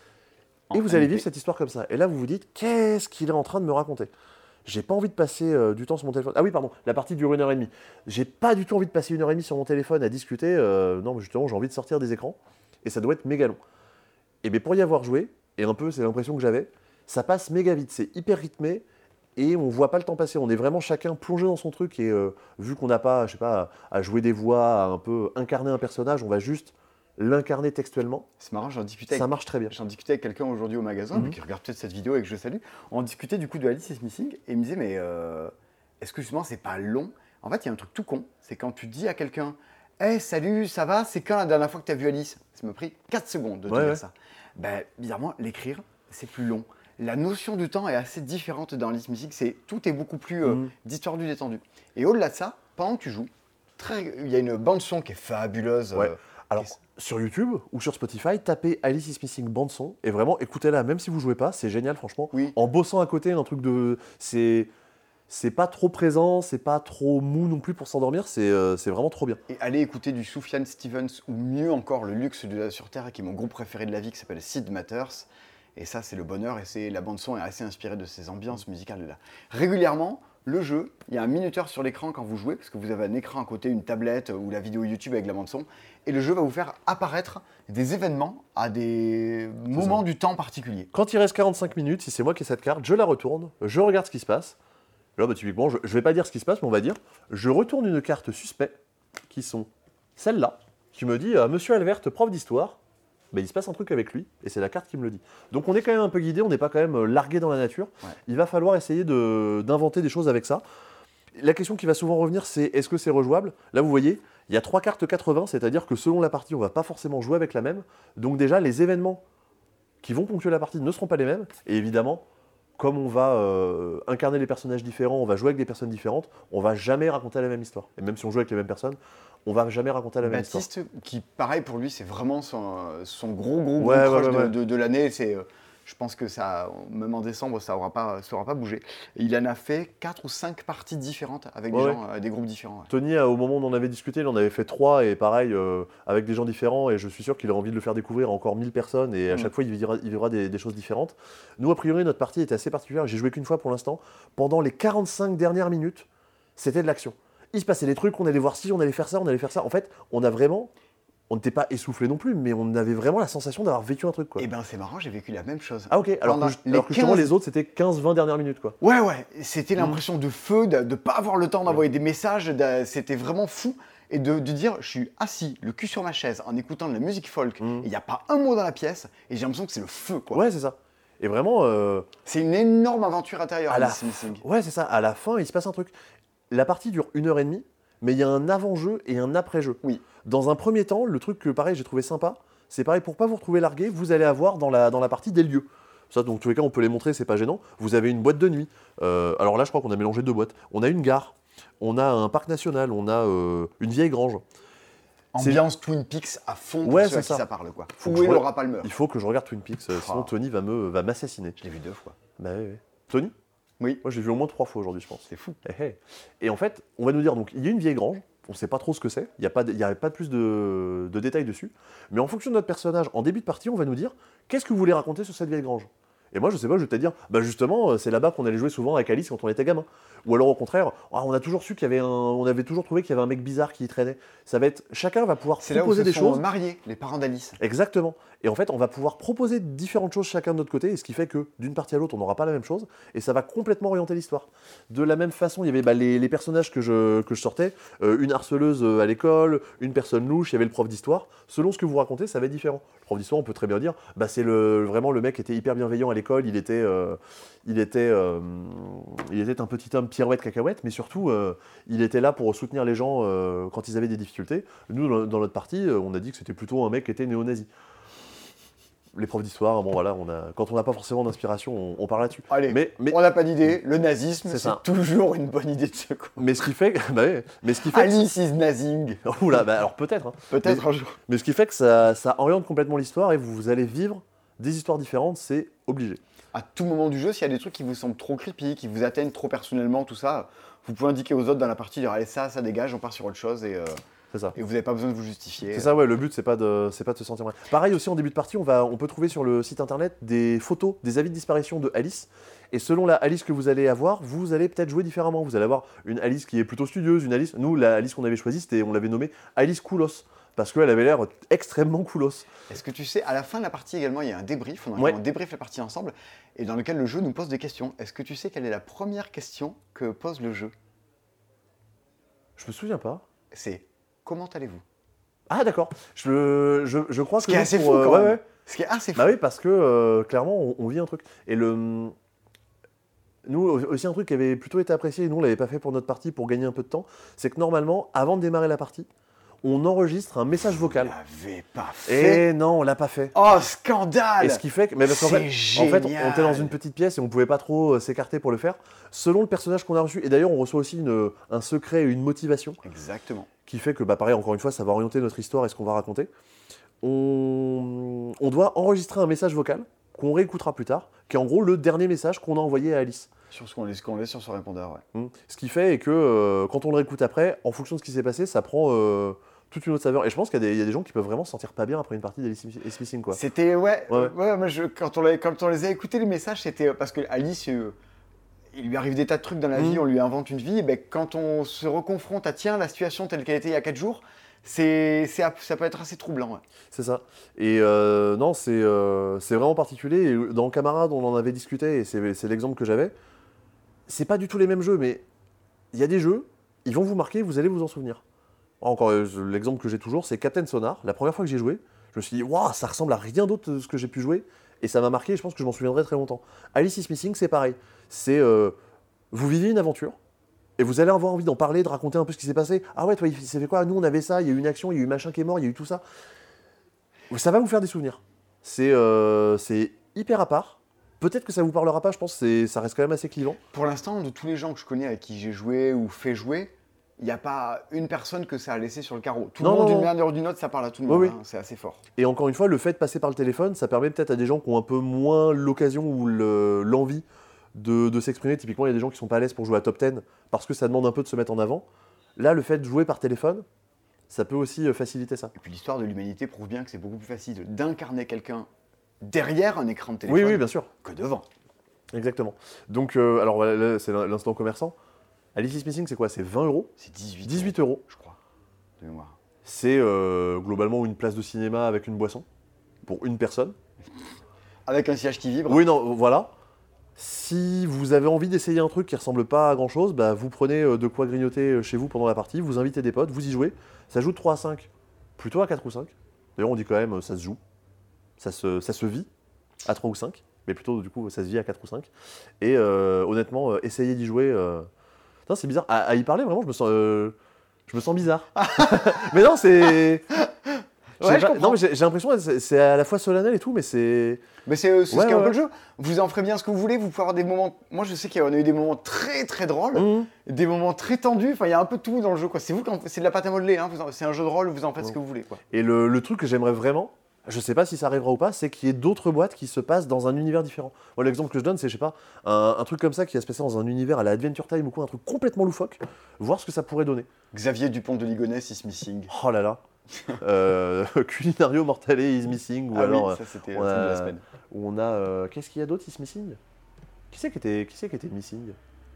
Et En vous allez M P. vivre cette histoire comme ça. Et là, vous vous dites, qu'est-ce qu'il est en train de me raconter? J'ai pas envie de passer euh, du temps sur mon téléphone. Ah oui, pardon, la partie dure une heure et demie. J'ai pas du tout envie de passer une heure et demie sur mon téléphone à discuter. euh, non, mais justement, j'ai envie de sortir des écrans. Et ça doit être méga long. Et bien pour y avoir joué, et un peu c'est l'impression que j'avais, ça passe méga vite. C'est hyper rythmé et on voit pas le temps passer. On est vraiment chacun plongé dans son truc. Et euh, vu qu'on n'a pas, je sais pas, à, à jouer des voix, à un peu incarner un personnage, on va juste l'incarner textuellement. C'est marrant, j'en discutais Ça avec, marche très bien. j'en discutais avec quelqu'un aujourd'hui au magasin, Mhm. mais qui regarde peut-être cette vidéo et que je salue. On discutait du coup de Alice is Missing et il me disait mais euh, est-ce que justement c'est pas long? En fait, il y a un truc tout con, c'est quand tu dis à quelqu'un hey, salut, ça va? C'est quand la dernière fois que tu as vu Alice? Ça m'a pris quatre secondes de te Ouais, dire ouais. ça. Ben, bizarrement, l'écrire, c'est plus long. La notion du temps est assez différente dans Alice Missing, c'est, tout est beaucoup plus euh, Mhm. distordu, détendu. Et au-delà de ça, pendant que tu joues, très- il y a une bande-son qui est fabuleuse. Ouais. euh, Alors, et- sur YouTube ou sur Spotify, tapez Alice is Missing bande son et vraiment écoutez-la, même si vous jouez pas, c'est génial franchement. Oui. En bossant à côté, un truc de, c'est, c'est pas trop présent, c'est pas trop mou non plus pour s'endormir, c'est euh, c'est vraiment trop bien. Et allez écouter du Sufjan Stevens, ou mieux encore, Le Luxe de la sur Terre, qui est mon groupe préféré de la vie, qui s'appelle Sid Matters. Et ça, c'est le bonheur, et c'est la bande-son est assez inspirée de ces ambiances musicales là. Régulièrement, le jeu, il y a un minuteur sur l'écran quand vous jouez, parce que vous avez un écran à côté, une tablette ou la vidéo YouTube avec la bande-son, et le jeu va vous faire apparaître des événements à des moments du temps particuliers. Quand il reste quarante-cinq minutes, si c'est moi qui ai cette carte, je la retourne, je regarde ce qui se passe. Là, bah, typiquement, je, je vais pas dire ce qui se passe, mais on va dire, je retourne une carte suspect, qui sont celles-là, qui me dit euh, Monsieur Albert, prof d'histoire, bah, il se passe un truc avec lui, et c'est la carte qui me le dit. Donc on est quand même un peu guidé, on n'est pas quand même euh, largué dans la nature. Ouais. Il va falloir essayer de, d'inventer des choses avec ça. La question qui va souvent revenir, c'est est-ce que c'est rejouable? Là, vous voyez, il y a trois cartes quatre-vingts, c'est-à-dire que selon la partie, on va pas forcément jouer avec la même. Donc déjà, les événements qui vont ponctuer la partie ne seront pas les mêmes. Et évidemment, comme on va euh, incarner les personnages différents, on va jouer avec des personnes différentes, on va jamais raconter la même histoire. Et même si on joue avec les mêmes personnes, on va jamais raconter la même Baptiste, histoire. qui pareil pour lui, c'est vraiment son, son gros gros gros Ouais, crush ouais, ouais, de, ouais. de- de l'année. C'est, euh, je pense que ça, même en décembre, ça aura pas, ça aura pas bougé. Et il en a fait quatre ou cinq parties différentes avec des Ouais, gens, euh, des groupes différents. ouais. Tony, euh, au moment où on en avait discuté, il en avait fait trois, et pareil, euh, avec des gens différents, et je suis sûr qu'il a envie de le faire découvrir à encore mille personnes, et à Mm. chaque fois, il vivra, il vivra des, des choses différentes. Nous, a priori, notre partie était assez particulière, j'ai joué qu'une fois pour l'instant. Pendant les quarante-cinq dernières minutes, c'était de l'action. Il se passait des trucs, on allait voir ci, on allait faire ça, on allait faire ça. En fait, on a vraiment... On n'était pas essoufflé non plus, mais on avait vraiment la sensation d'avoir vécu un truc, quoi. Et ben c'est marrant, j'ai vécu la même chose. Ah ok, alors Pendant que, ju- les alors que justement quinze les autres c'était quinze vingt dernières minutes quoi. Ouais, ouais, c'était Mm. l'impression de feu, de ne pas avoir le temps d'envoyer des messages, de- c'était vraiment fou. Et de, de dire, je suis assis, le cul sur ma chaise, en écoutant de la musique folk, Mm. il n'y a pas un mot dans la pièce, et j'ai l'impression que c'est le feu, quoi. Ouais c'est ça. Et vraiment, euh, C'est une énorme aventure intérieure, à la Alice Missing. ouais c'est ça, à la fin il se passe un truc. La partie dure une heure et demie, mais il y a un avant-jeu et un après-jeu. Oui. Dans un premier temps, le truc que pareil j'ai trouvé sympa, c'est pareil pour pas vous retrouver largué, vous allez avoir dans la, dans la partie des lieux. Ça, donc, tous les cas, on peut les montrer, c'est pas gênant. Vous avez une boîte de nuit. Euh, alors là, je crois qu'on a mélangé deux boîtes. On a une gare, on a un parc national, on a euh, une vieille grange. C'est- Ambiance Twin Peaks à fond pour Ouais, ceux à c'est qui ça. ça parle, quoi. Faut que Où je est le re- Laura Palmer? Il faut que je regarde Twin Peaks, euh, sinon Ah. Tony va me va m'assassiner. Je l'ai vu deux fois. Bah oui, oui. Tony? Oui. Moi, je l'ai vu au moins trois fois aujourd'hui, je pense. C'est fou. Eh, eh. Et en fait, on va nous dire, donc, il y a une vieille grange, on ne sait pas trop ce que c'est, il n'y a pas de, il y a pas plus de, de détails dessus, mais en fonction de notre personnage, en début de partie, on va nous dire, qu'est-ce que vous voulez raconter sur cette vieille grange? Et moi, je sais pas, je vais te dire, bah justement, euh, c'est là-bas qu'on allait jouer souvent avec Alice quand on était gamin. Ou alors au contraire, ah, on a toujours su qu'il y avait un, on avait toujours trouvé qu'il y avait un mec bizarre qui y traînait. Ça va être, chacun va pouvoir C'est là où proposer se des sont choses. mariés, les parents d'Alice. Exactement. Et en fait, on va pouvoir proposer différentes choses chacun de notre côté, et ce qui fait que d'une partie à l'autre, on n'aura pas la même chose, et ça va complètement orienter l'histoire. De la même façon, il y avait bah, les, les personnages que je, que je sortais, euh, une harceleuse euh, à l'école, une personne louche, il y avait le prof d'histoire. Selon ce que vous racontez, ça va être différent. Le prof d'histoire, on peut très bien dire, bah, c'est le, vraiment le mec qui était hyper bienveillant à l'école, il était, euh, il, était, euh, il était un petit homme pirouette cacahuète, mais surtout, euh, il était là pour soutenir les gens euh, quand ils avaient des difficultés. Nous, dans, dans notre partie, euh, on a dit que c'était plutôt un mec qui était néo-nazi. Les profs d'histoire, bon voilà, on a, quand on n'a pas forcément d'inspiration, on, on parle là-dessus. Allez, Mais, mais, on n'a pas d'idée, le nazisme, C'est c'est ça. toujours une bonne idée de secours. mais ce qui fait, que- bah ouais, mais ce qui fait, que- Alice is nazing. Oula, bah alors peut-être, hein. Peut-être un jour. Mais ce qui fait que ça, ça oriente complètement l'histoire et vous allez vivre des histoires différentes, c'est obligé. À tout moment du jeu, s'il y a des trucs qui vous semblent trop creepy, qui vous atteignent trop personnellement, tout ça, vous pouvez indiquer aux autres dans la partie, dire allez ça, ça dégage, on part sur autre chose et, euh, C'est ça. et vous n'avez pas besoin de vous justifier. C'est ça, ouais, le but, c'est pas de, c'est pas de se sentir mal. Pareil aussi, en début de partie, on, va, on peut trouver sur le site internet des photos, des avis de disparition de Alice. Et selon la Alice que vous allez avoir, vous allez peut-être jouer différemment. Vous allez avoir une Alice qui est plutôt studieuse, une Alice... Nous, la Alice qu'on avait choisie, c'était, on l'avait nommée Alice Coolos. Parce qu'elle avait l'air extrêmement coolos. Est-ce que tu sais, à la fin de la partie également, il y a un débrief, on, a- Ouais. on débriefe la partie ensemble, et dans lequel le jeu nous pose des questions. Est-ce que tu sais quelle est la première question que pose le jeu? Je me souviens pas. C'est comment allez-vous? Ah d'accord. Je, je, je crois Ce que qui est nous, assez pour, fou euh, quand ouais, même. ouais. Ce qui est assez fou. Bah oui, parce que euh, clairement, on, on vit un truc. Et le... Nous, aussi un truc qui avait plutôt été apprécié, et nous on l'avait pas fait pour notre partie pour gagner un peu de temps, c'est que normalement, avant de démarrer la partie, on enregistre un message vocal. Vous l'avez pas fait. Et non, on l'a pas fait. Oh, scandale! Et ce qui fait que, mais parce qu'en C'est fait, en fait, on génial. était dans une petite pièce et on pouvait pas trop euh, s'écarter pour le faire. Selon le personnage qu'on a reçu, et d'ailleurs on reçoit aussi une, un secret et une motivation Exactement. qui fait que, bah pareil, encore une fois, ça va orienter notre histoire et ce qu'on va raconter. On, on doit enregistrer un message vocal qu'on réécoutera plus tard, qui est en gros le dernier message qu'on a envoyé à Alice. Sur ce qu'on laisse, qu'on laisse sur son répondeur, ouais. Mm. Ce qui fait que euh, quand on le réécoute après, en fonction de ce qui s'est passé, ça prend euh, toute une autre saveur. Et je pense qu'il y a des, il y a des gens qui peuvent vraiment se sentir pas bien après une partie d'Alice Is Missing, quoi. C'était, ouais, Ouais. ouais, ouais, moi, je, quand, on les, quand on les a écoutés, les messages, c'était parce que Alice, euh, il lui arrive des tas de trucs dans la Mm. vie, on lui invente une vie, et ben, quand on se reconfronte à, tiens, la situation telle qu'elle était il y a quatre jours, c'est, c'est, ça peut être assez troublant. Ouais. C'est ça. Et euh, non, c'est euh, c'est vraiment particulier. Et dans Camarades, on en avait discuté, et c'est c'est l'exemple que j'avais. C'est pas du tout les mêmes jeux, mais il y a des jeux, ils vont vous marquer, vous allez vous en souvenir. Encore, euh, l'exemple que j'ai toujours, c'est Captain Sonar. La première fois que j'ai joué, je me suis dit, waouh, ça ressemble à rien d'autre de ce que j'ai pu jouer. Et ça m'a marqué, et je pense que je m'en souviendrai très longtemps. Alice Is Missing, c'est pareil. C'est, euh, vous vivez une aventure, et vous allez avoir envie d'en parler, de raconter un peu ce qui s'est passé. Ah ouais, toi, il s'est fait quoi? Nous, on avait ça, il y a eu une action, il y a eu machin qui est mort, il y a eu tout ça. Ça va vous faire des souvenirs. C'est euh, c'est hyper à part. Peut-être que ça vous parlera pas, je pense que ça reste quand même assez clivant. Pour l'instant, de tous les gens que je connais avec qui j'ai joué ou fait jouer, il n'y a pas une personne que ça a laissé sur le carreau. Tout Non, le monde, non, d'une non. manière ou d'une autre, ça parle à tout le Oui, monde. oui. Hein, c'est assez fort. Et encore une fois, le fait de passer par le téléphone, ça permet peut-être à des gens qui ont un peu moins l'occasion ou le- l'envie de, de s'exprimer. Typiquement, il y a des gens qui sont pas à l'aise pour jouer à Top dix parce que ça demande un peu de se mettre en avant. Là, le fait de jouer par téléphone, ça peut aussi euh, faciliter ça. Et puis l'histoire de l'humanité prouve bien que c'est beaucoup plus facile d'incarner quelqu'un derrière un écran de téléphone Oui, oui, bien sûr. que devant. Exactement. Donc, euh, alors voilà, là, c'est l'instant commerçant. Alice Is Missing, c'est quoi? C'est vingt euros. C'est dix-huit, dix-huit euros. je crois, de mémoire. C'est euh, globalement une place de cinéma avec une boisson pour une personne. Avec un siège qui vibre. Oui, non, voilà. Si vous avez envie d'essayer un truc qui ressemble pas à grand chose, bah, vous prenez euh, de quoi grignoter chez vous pendant la partie, vous invitez des potes, vous y jouez. Ça joue de trois à cinq, plutôt à quatre ou cinq. D'ailleurs, on dit quand même, euh, ça se joue. Ça se, ça se vit à trois ou cinq, mais plutôt, du coup, ça se vit à quatre ou cinq. Et euh, honnêtement, euh, essayez d'y jouer. Euh... Putain, c'est bizarre. À, à y parler, vraiment, je me sens, euh, je me sens bizarre. Mais non, c'est. Ouais, je pas- comprends. non, mais j'ai j'ai l'impression que c'est- c'est à la fois solennel et tout, mais c'est. Mais c'est euh, c'est Ouais, ce qu'est un ouais, peu le jeu. Vous en ferez bien ce que vous voulez, vous pouvez avoir des moments. Moi, je sais qu'il y en a eu des moments très très drôles, Mmh. des moments très tendus. Enfin, il y a un peu de tout dans le jeu, quoi. C'est vous, quand c'est de la pâte à modeler. Hein. Vous en- C'est un jeu de rôle, vous en faites ce que vous voulez, quoi. Et le, le truc que j'aimerais vraiment, je sais pas si ça arrivera ou pas, c'est qu'il y ait d'autres boîtes qui se passent dans un univers différent. Moi, l'exemple que je donne, c'est, je sais pas, un, un truc comme ça qui va se passer dans un univers à la Adventure Time ou quoi, un truc complètement loufoque, voir ce que ça pourrait donner. Xavier Dupont de Ligonnès, Is Missing. Oh là là. euh, Culinario Mortale Is Missing, ou Ah alors oui, euh, ça c'était on le film de la a- semaine. où on a. euh, Qu'est-ce qu'il y a d'autre, Is Missing? Qui c'est qui était, qui c'est qui était Missing?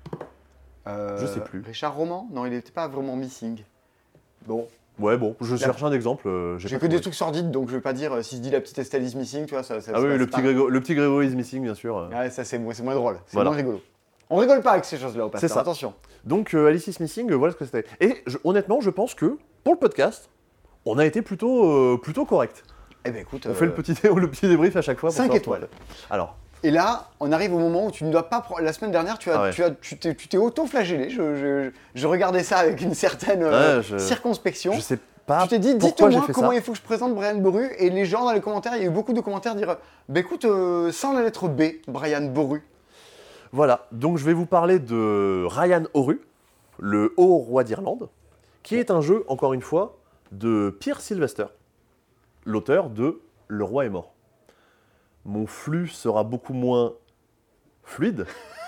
Euh, je sais plus. Richard Roman? Non, il n'était pas vraiment Missing. Bon, Ouais, bon, je cherche un exemple. euh, j'ai pas que des trouvé. trucs sordides, donc je vais pas dire euh, si je dis la petite Estelle Is Missing, tu vois, ça. ça Ah ça- oui, c'est le petit, pas- Grégo, le petit Grégo Is Missing, bien sûr. euh. Ouais, ça c'est moins, c'est moins drôle, c'est Voilà. moins rigolo. On rigole pas avec ces choses-là au passage, ça. attention. Donc, euh, Alice Is Missing, euh, voilà ce que c'était. Et je- honnêtement, je pense que pour le podcast, on a été plutôt, euh, plutôt correct. Eh ben écoute, On euh, fait le petit, dé- le petit débrief à chaque fois. pour cinq savoir étoiles. ce qu'on fait. Alors, Et là, on arrive au moment où tu ne dois pas. Pro- La semaine dernière, tu as, Ah ouais. tu as, tu t'es, tu t'es auto-flagellé. Je, je- je regardais ça avec une certaine euh, Ouais, je- circonspection. je sais pas Tu t'es dit, pourquoi j'ai dites-moi fait comment ça. il faut que je présente Brian Boru. Et les gens dans les commentaires, il y a eu beaucoup de commentaires dire, bah écoute, euh, sans la lettre B, Brian Boru. Voilà, donc je vais vous parler de Ryan Oru, le haut roi d'Irlande, qui est un jeu, encore une fois, de Pierre Sylvester, l'auteur de Le roi est mort. Mon flux sera beaucoup moins fluide,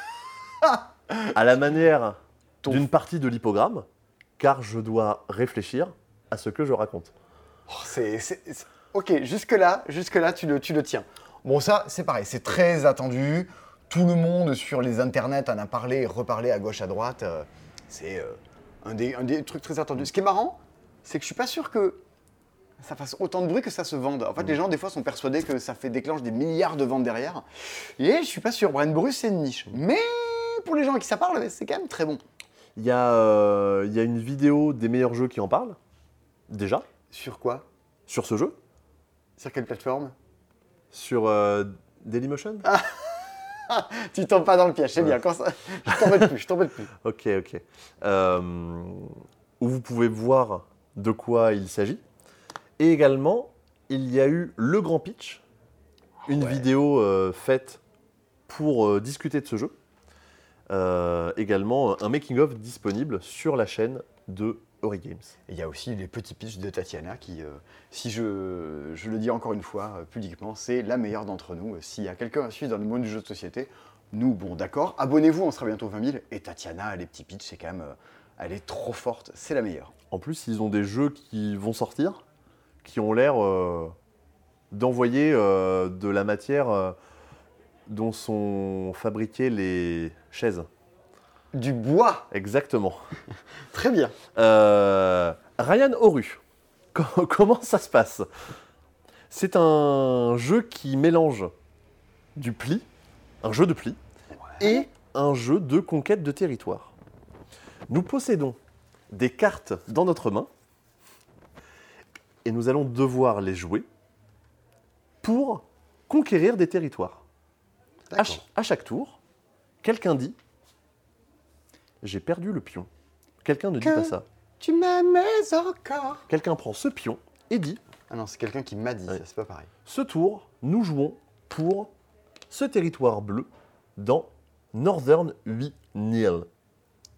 à la manière Ton- d'une partie de l'hippogramme, car je dois réfléchir à ce que je raconte. Oh, c'est, c'est- c'est- Ok, jusque-là, jusque-là tu, le, tu le tiens. Bon, ça, c'est pareil, c'est très attendu. Tout le monde sur les internets en a parlé et reparlé à gauche, à droite. euh, c'est euh, un, des, un des trucs très attendus. Ce qui est marrant, c'est que je suis pas sûr que ça fasse autant de bruit que ça se vende. En fait, les gens, des fois, sont persuadés que ça fait déclenche des milliards de ventes derrière. Et je suis pas sûr. Brian Boru, c'est une niche. Mais pour les gens à qui ça parle, c'est quand même très bon. Il y, a, euh, il y a une vidéo des meilleurs jeux qui en parlent, déjà, Sur quoi? sur ce jeu, Sur quelle plateforme? sur euh, Dailymotion. Tu tombes pas dans le piège, c'est Ouais. bien. Quand ça... Je t'embête plus, je t'embête plus. Ok, ok. Euh, où vous pouvez voir de quoi il s'agit. Et également, il y a eu le grand pitch, une ouais. vidéo euh, faite pour euh, discuter de ce jeu. Euh, également, un making-of disponible sur la chaîne de Ori Games. Et il y a aussi les petits pitchs de Tatiana qui, euh, si je, je le dis encore une fois euh, publiquement, c'est la meilleure d'entre nous. Euh, S'il y a quelqu'un à suivre dans le monde du jeu de société, Nous, bon, d'accord. Abonnez-vous, on sera bientôt vingt mille. Et Tatiana, les petits pitchs, c'est quand même... euh, elle est trop forte, c'est la meilleure. En plus, ils ont des jeux qui vont sortir, qui ont l'air euh, d'envoyer euh, de la matière euh, dont sont fabriquées les chaises. Du bois. Exactement. Très bien. Euh, Ryan Oru, Co- comment ça se passe? C'est un jeu qui mélange du pli, un jeu de pli, et un jeu de conquête de territoire. Nous possédons des cartes dans notre main et nous allons devoir les jouer pour conquérir des territoires. À, D'accord. ch- à chaque tour, quelqu'un dit « J'ai perdu le pion ». Quelqu'un ne dit Que- pas ça. Tu m'aimes encore. Quelqu'un prend ce pion et dit Ah non, c'est quelqu'un qui m'a dit Ouais. ça, c'est pas pareil. « Ce tour, nous jouons pour ce territoire bleu dans Northern huit Nil Ok. ».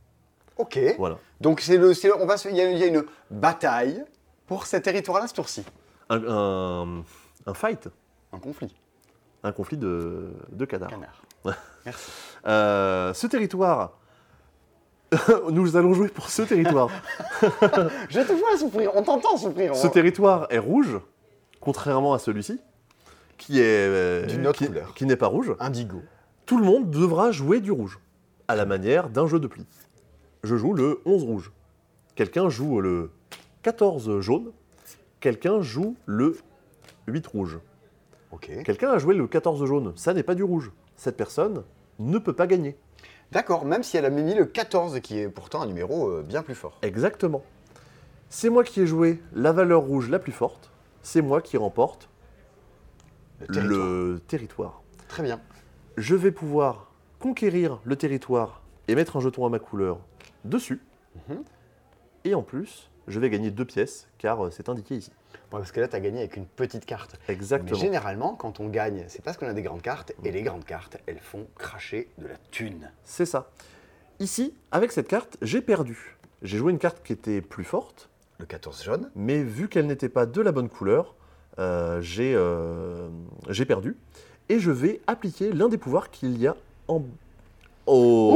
Voilà. Donc c'est le, c'est le- on va se, il y, a- il y a une bataille pour ces territoires-là ce tour-ci. Un, un- un fight, Un conflit. un conflit de, de cadavres. Canard. Merci. Euh, ce territoire, nous allons jouer pour ce territoire. Je te vois souffrir, on t'entend souffrir. Ce on- territoire est rouge, contrairement à celui-ci, qui est euh, D'une autre qui- couleur. qui n'est pas rouge. Indigo. Tout le monde devra jouer du rouge, à la manière d'un jeu de pli. Je joue le onze rouge. Quelqu'un joue le quatorze jaune. Quelqu'un joue le huit rouge. Ok. Quelqu'un a joué le quatorze jaune. Ça n'est pas du rouge. Cette personne ne peut pas gagner. D'accord, même si elle a mis le quatorze, qui est pourtant un numéro euh, bien plus fort. Exactement. C'est moi qui ai joué la valeur rouge la plus forte. C'est moi qui remporte Le territoire. le territoire. Très bien. Je vais pouvoir conquérir le territoire et mettre un jeton à ma couleur dessus. Mhm. Et en plus, je vais gagner deux pièces, car euh, c'est indiqué ici. Ouais, parce que là, tu as gagné avec une petite carte. Exactement. Mais généralement, quand on gagne, c'est parce qu'on a des grandes cartes, et les grandes cartes, elles font cracher de la thune. C'est ça. Ici, avec cette carte, j'ai perdu. J'ai joué une carte qui était plus forte, Le quatorze jaune. mais vu qu'elle n'était pas de la bonne couleur, euh, j'ai euh, j'ai perdu. Et je vais appliquer l'un des pouvoirs qu'il y a en... au-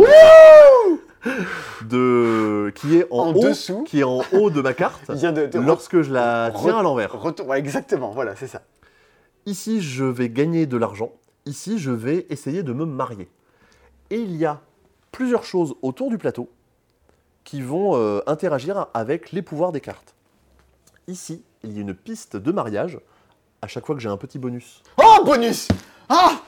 de... qui est en, En haut, dessous. qui est en haut de ma carte Il vient de, de lorsque je la re- tiens à l'envers. retour- ouais, exactement, voilà, c'est ça. Ici, je vais gagner de l'argent. Ici, je vais essayer de me marier. Et il y a plusieurs choses autour du plateau qui vont euh, interagir avec les pouvoirs des cartes. Ici, il y a une piste de mariage. À chaque fois que j'ai un petit bonus, Oh, bonus. Ah.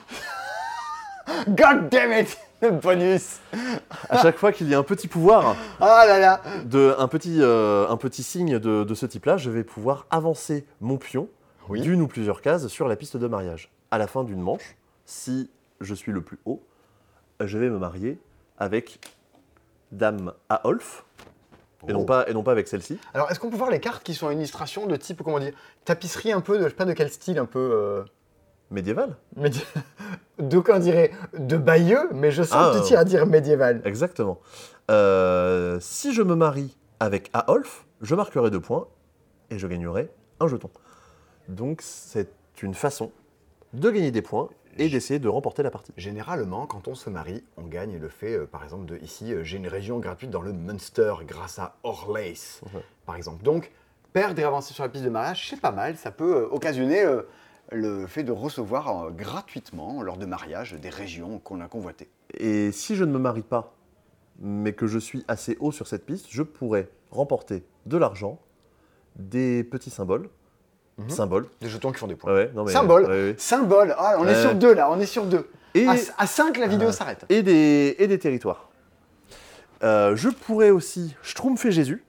God damn it. Le bonus. à chaque fois qu'il y a un petit pouvoir, Ah là là. de, un, petit, euh, un petit signe de, de ce type-là, je vais pouvoir avancer mon pion Oui. d'une ou plusieurs cases sur la piste de mariage. À la fin d'une manche, si je suis le plus haut, je vais me marier avec Dame Aolf, et, non Oh. pas, et non pas avec celle-ci. Alors, est-ce qu'on peut voir les cartes qui sont en illustration de type, comment dire, tapisserie un peu, de, je sais pas de quel style, un peu... Euh, Médiéval. médi- D'aucuns diraient de Bayeux, mais je sens Ah, que tu tiens à dire médiéval. Exactement. Euh, si je me marie avec Aolf, je marquerai deux points et je gagnerai un jeton. Donc c'est une façon de gagner des points et d'essayer de remporter la partie. Généralement, quand on se marie, on gagne le fait, euh, par exemple, de ici, euh, j'ai une région gratuite dans le Munster grâce à Orlace, Ouais. par exemple. Donc, perdre et avancer sur la piste de mariage, c'est pas mal. Ça peut euh, occasionner euh, le fait de recevoir euh, gratuitement, lors de mariage, des régions qu'on a convoitées. Et si je ne me marie pas, mais que je suis assez haut sur cette piste, je pourrais remporter de l'argent, des petits symboles. Mhm. Symboles. Des jetons qui font des points. Ouais, ouais, non, mais- Symbole. ouais, ouais. Symbole, ah, on est Ouais. sur deux là, on est sur deux. Et, À, cinq, la vidéo Ah. s'arrête. et, des, et des territoires. Euh, je pourrais aussi schtroumpfer Jésus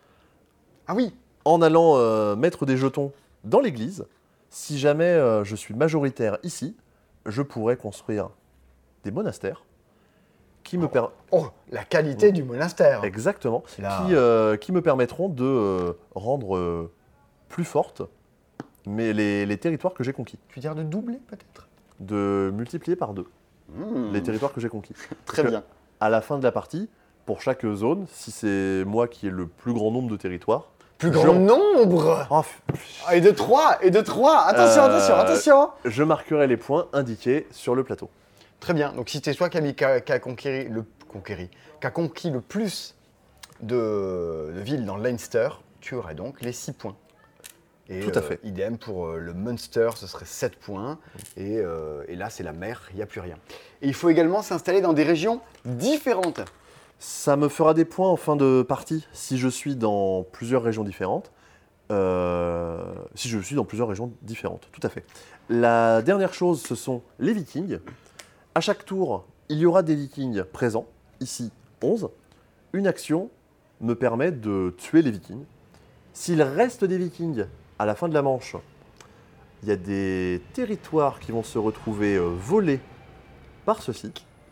Ah oui, en allant euh, mettre des jetons dans l'église. Si jamais euh, je suis majoritaire ici, je pourrais construire des monastères qui me, per- oh, la qualité du monastère. exactement, Là. qui, euh, qui me permettront de euh, rendre euh, plus fortes mais les, les territoires que j'ai conquis, Tu veux dire de doubler peut-être de multiplier par deux Mmh, les territoires que j'ai conquis. Très que- bien. À la fin de la partie, pour chaque zone, si c'est moi qui ai le plus grand nombre de territoires, Plus je- grand nombre oh, f- Ah, et de trois, et de trois. Attention, Euh, attention, attention. je marquerai les points indiqués sur le plateau. Très bien. Donc si c'est toi qui a, mis, qui a, qui a conquéri, le, conquéri, qui a conquis le plus de, de villes dans Leinster, tu aurais donc les six points. Et, Tout à fait. Euh, idem pour euh, le Munster, ce serait sept points. Et, euh, et là, c'est la mer, il n'y a plus rien. Et il faut également s'installer dans des régions différentes. Ça me fera des points en fin de partie si je suis dans plusieurs régions différentes. Euh, si je suis dans plusieurs régions différentes, tout à fait. La dernière chose, ce sont les Vikings. À chaque tour, il y aura des Vikings présents. Ici, onze. Une action me permet de tuer les Vikings. S'il reste des Vikings à la fin de la manche, il y a des territoires qui vont se retrouver euh, volés par ceux-ci.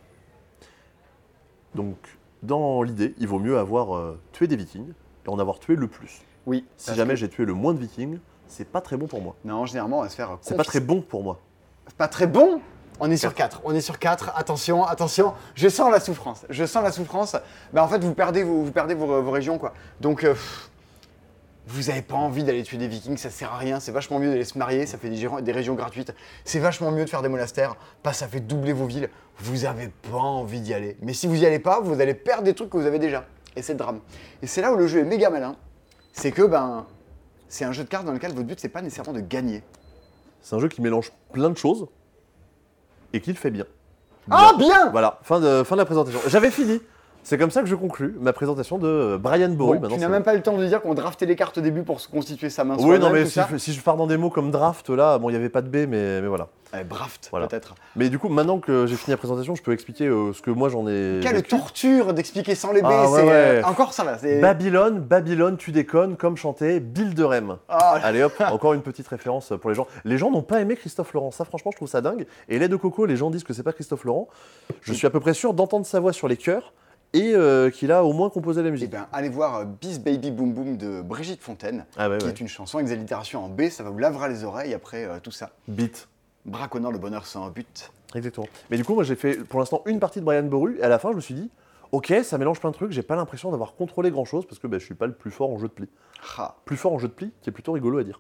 Donc, dans l'idée, il vaut mieux avoir euh, tué des Vikings et en avoir tué le plus. Oui. Si jamais que... j'ai tué le moins de Vikings, c'est pas très bon pour moi. Non, généralement, on va se faire... C'est pas très bon pour moi. C'est pas très bon. On est sur quatre. On est sur quatre. Attention, attention. Je sens la souffrance. Je sens la souffrance. Ben, en fait, vous perdez, vous, vous perdez vos, vos régions, quoi. Donc... Euh, pff, vous n'avez pas envie d'aller tuer des Vikings, ça sert à rien, c'est vachement mieux d'aller se marier, ça fait des, des régions gratuites, c'est vachement mieux de faire des monastères, pas ça fait doubler vos villes, vous n'avez pas envie d'y aller. Mais si vous n'y allez pas, vous allez perdre des trucs que vous avez déjà, et c'est le drame. Et c'est là où le jeu est méga malin, c'est que ben, c'est un jeu de cartes dans lequel votre but c'est pas nécessairement de gagner. C'est un jeu qui mélange plein de choses, et qui le fait bien. Ah bien. Voilà, fin de, fin de la présentation. J'avais fini. C'est comme ça que je conclus ma présentation de Brian Boru. Bon, tu n'as même pas eu le temps de dire qu'on draftait les cartes au début pour se constituer sa main. Oui, non, mais si je, si je pars dans des mots comme draft, là, bon, il n'y avait pas de B, mais, mais voilà. Ouais, draft, voilà. peut-être. Mais du coup, maintenant que j'ai fini la présentation, je peux expliquer euh, ce que moi j'en ai. Quelle vécu. torture d'expliquer sans les B, Ah, ouais, c'est ouais. euh, encore ça va. Babylone, Babylone, tu déconnes, comme chantait Bill de Rem. Ah. Allez hop, encore une petite référence pour les gens. Les gens n'ont pas aimé Christophe Laurent, ça franchement je trouve ça dingue. Et lait de coco, les gens disent que c'est pas Christophe Laurent. Je suis à peu près sûr d'entendre sa voix sur les chœurs. Et euh, qu'il a au moins composé la musique. Eh bien, allez voir euh, Bis Baby Boom Boom de Brigitte Fontaine, ah ouais, qui ouais. est une chanson avec des allitérations en B, ça va vous lavera les oreilles après euh, tout ça. Beat. Braconnant le bonheur sans but. Exactement. Mais du coup, moi j'ai fait pour l'instant une partie de Brian Boru, et à la fin je me suis dit, ok, ça mélange plein de trucs, j'ai pas l'impression d'avoir contrôlé grand chose, parce que bah, je suis pas le plus fort en jeu de pli. Ah. Plus fort en jeu de pli, qui est plutôt rigolo à dire.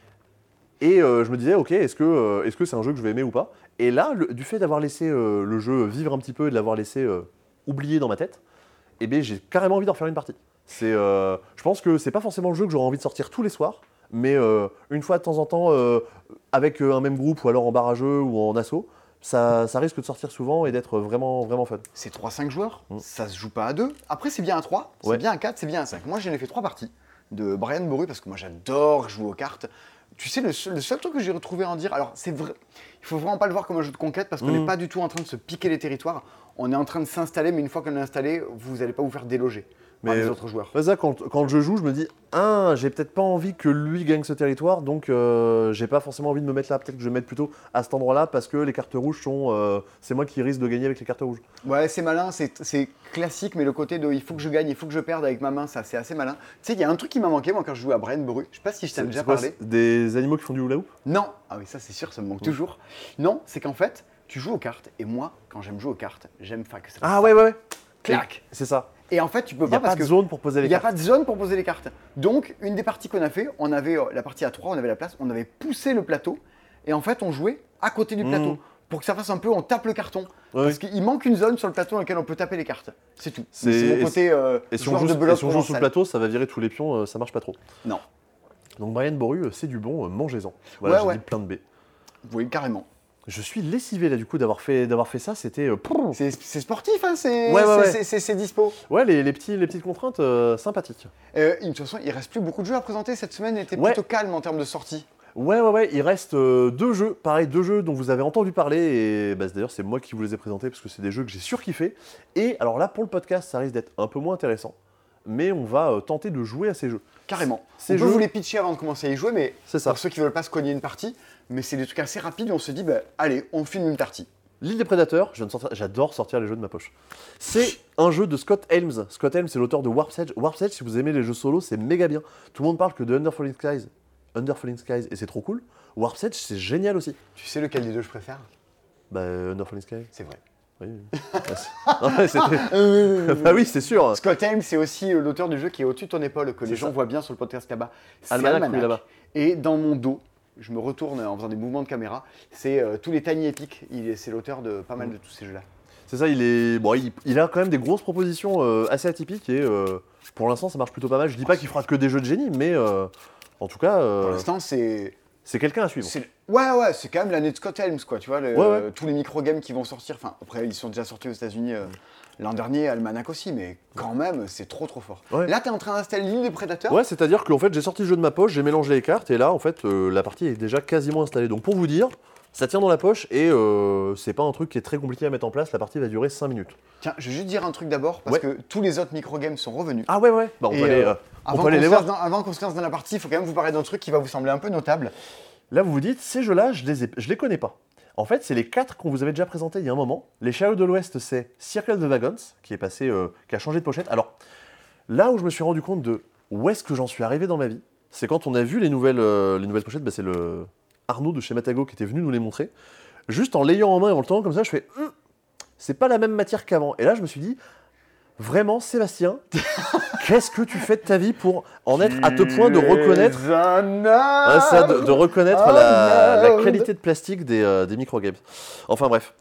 Et euh, je me disais, ok, est-ce que euh, est-ce que c'est un jeu que je vais aimer ou pas? Et là, le, du fait d'avoir laissé euh, le jeu vivre un petit peu et de l'avoir laissé euh, oublier dans ma tête, eh bien, j'ai carrément envie d'en faire une partie. C'est, euh, je pense que c'est pas forcément le jeu que j'aurais envie de sortir tous les soirs, mais euh, une fois de temps en temps, euh, avec un même groupe ou alors en barrageux ou en asso, ça, ça risque de sortir souvent et d'être vraiment, vraiment fun. C'est trois cinq joueurs, Mm. ça se joue pas à deux. Après, c'est bien à trois, c'est Ouais. bien à quatre, c'est bien à cinq. Moi, j'en ai fait trois parties de Brian Boru parce que moi, j'adore jouer aux cartes. Tu sais, le seul, le seul truc que j'ai retrouvé à en dire, alors c'est vrai, il faut vraiment pas le voir comme un jeu de conquête parce qu'on n'est Mm. pas du tout en train de se piquer les territoires. On est en train de s'installer, mais une fois qu'on est installé, vous n'allez pas vous faire déloger par Mais- les autres joueurs. Ouais, ça, quand, quand je joue, je me dis, ah, j'ai peut-être pas envie que lui gagne ce territoire, donc euh, j'ai pas forcément envie de me mettre là. Peut-être que je vais me mettre plutôt à cet endroit-là parce que les cartes rouges sont. Euh, c'est moi qui risque de gagner avec les cartes rouges. Ouais, c'est malin, c'est c'est classique, mais le côté de il faut que je gagne, il faut que je perde avec ma main, ça c'est assez malin. Tu sais, il y a un truc qui m'a manqué moi quand je jouais à Brian Boru. Je sais pas si je t'en ai C'est- déjà c'est quoi, parlé. c'est des animaux qui font du hula hoop? Non, ah oui, ça c'est sûr, ça me manque toujours. Non, c'est qu'en fait, tu joues aux cartes, et moi, quand j'aime jouer aux cartes, j'aime faire que ça. Ah ouais, ouais, ouais. Clac. C'est ça. Et en fait, tu peux Il n'y pas a parce pas de que zone pour poser il les n'y a cartes. pas de zone pour poser les cartes. Donc, une des parties qu'on a fait, on avait euh, la partie à trois, on avait la place, on avait poussé le plateau, et en fait, on jouait à côté du Mmh. plateau. Pour que ça fasse un peu, on tape le carton. Ouais. Parce qu'il manque une zone sur le plateau dans laquelle on peut taper les cartes. C'est tout. C'est- C'est et mon côté euh, Et si on joueur joue, de et belote si on joue sous le provençal. plateau, ça va virer tous les pions, euh, ça marche pas trop. Non. Donc Brian Boru, euh, c'est du bon, euh, mangez-en. Voilà, Ouais, j'ai ouais. dit plein de B. Oui, carrément. Je suis lessivé là du coup d'avoir fait, d'avoir fait ça, c'était... euh, prrr. C'est c'est sportif, hein, c'est Ouais, ouais, c'est- ouais. c'est- c'est- c'est dispo. Ouais, les, les, petits, les petites contraintes euh, sympathiques. Euh, de toute façon, il reste plus beaucoup de jeux à présenter. Cette semaine était Ouais. plutôt calme en termes de sortie. Ouais, ouais, ouais, il reste euh, deux jeux, pareil, deux jeux dont vous avez entendu parler, et bah, d'ailleurs c'est moi qui vous les ai présentés parce que c'est des jeux que j'ai surkiffé. Et alors là, pour le podcast, ça risque d'être un peu moins intéressant, mais on va euh, tenter de jouer à ces jeux. Carrément. Ces on peut jeux- vous les pitcher avant de commencer à y jouer, mais C'est ça. pour ceux qui veulent pas se cogner une partie, mais c'est des trucs assez rapides et on se dit, bah, allez, on filme une partie. L'île des prédateurs, je viens de sortir- j'adore sortir les jeux de ma poche. C'est un jeu de Scott Helms. Scott Helms, c'est l'auteur de Warp's Edge. Warp's Edge, si vous aimez les jeux solo, c'est méga bien. Tout le monde parle que de Under Falling Skies. Under Falling Skies, et c'est trop cool. Warp's Edge, c'est génial aussi. Tu sais lequel des deux je préfère? Bah, euh, Under Falling Skies. C'est vrai. Oui. oui. Ah, c'est- non, mais c'était- bah oui, c'est sûr. Scott Helms, c'est aussi euh, l'auteur du jeu qui est au-dessus de ton épaule, que les C'est gens ça. voient bien sur le podcast là-bas. C'est Almanac, Almanac. oui, là-bas. Et dans mon dos, je me retourne en faisant des mouvements de caméra, c'est euh, tous les Tiny Epic. Il est, c'est l'auteur de pas mal de tous ces jeux-là. C'est ça, il est bon, il, il a quand même des grosses propositions euh, assez atypiques et euh, pour l'instant ça marche plutôt pas mal. Je dis pas qu'il fera que des jeux de génie, mais euh, en tout cas, euh, Pour l'instant, c'est. c'est quelqu'un à suivre. C'est- Ouais, ouais, c'est quand même l'année de Scott Helms, quoi. Tu vois, le- Ouais, ouais. euh, tous les micro-games qui vont sortir. Enfin, après, ils sont déjà sortis aux États-Unis euh, l'an dernier, Almanac aussi, mais quand même, c'est trop, trop fort. Ouais. Là, t'es en train d'installer l'île des prédateurs. Ouais, c'est-à-dire qu'en fait j'ai sorti le jeu de ma poche, j'ai mélangé les cartes et là en fait euh, la partie est déjà quasiment installée. Donc pour vous dire, ça tient dans la poche et euh, c'est pas un truc qui est très compliqué à mettre en place. La partie va durer cinq minutes. Tiens, je vais juste dire un truc d'abord, parce Ouais. que tous les autres micro-games sont revenus. Ah ouais ouais. Bah on Et, peut aller, euh, euh, on Avant peut aller qu'on les se voir. lance dans- avant qu'on se lance dans la partie, il faut quand même vous parler d'un truc qui va vous sembler un peu notable. Là, vous vous dites, ces jeux-là, je les, ai- je les connais pas. En fait, c'est les quatre qu'on vous avait déjà présentés il y a un moment. Les Chariot de l'Ouest, c'est Circle of the Wagons, qui est passé, euh, qui a changé de pochette. Alors, là où je me suis rendu compte de où est-ce que j'en suis arrivé dans ma vie, c'est quand on a vu les nouvelles, euh, les nouvelles pochettes, bah, c'est le Arnaud de chez Matago qui était venu nous les montrer. Juste en l'ayant en main et en le tenant comme ça, je fais, Hum, c'est pas la même matière qu'avant. Et là, je me suis dit, vraiment, Sébastien, qu'est-ce que tu fais de ta vie pour en être à te point de reconnaître Un Ouais, ça, de, de reconnaître Oh la, la merde. qualité de plastique des, euh, des microgames. Enfin bref,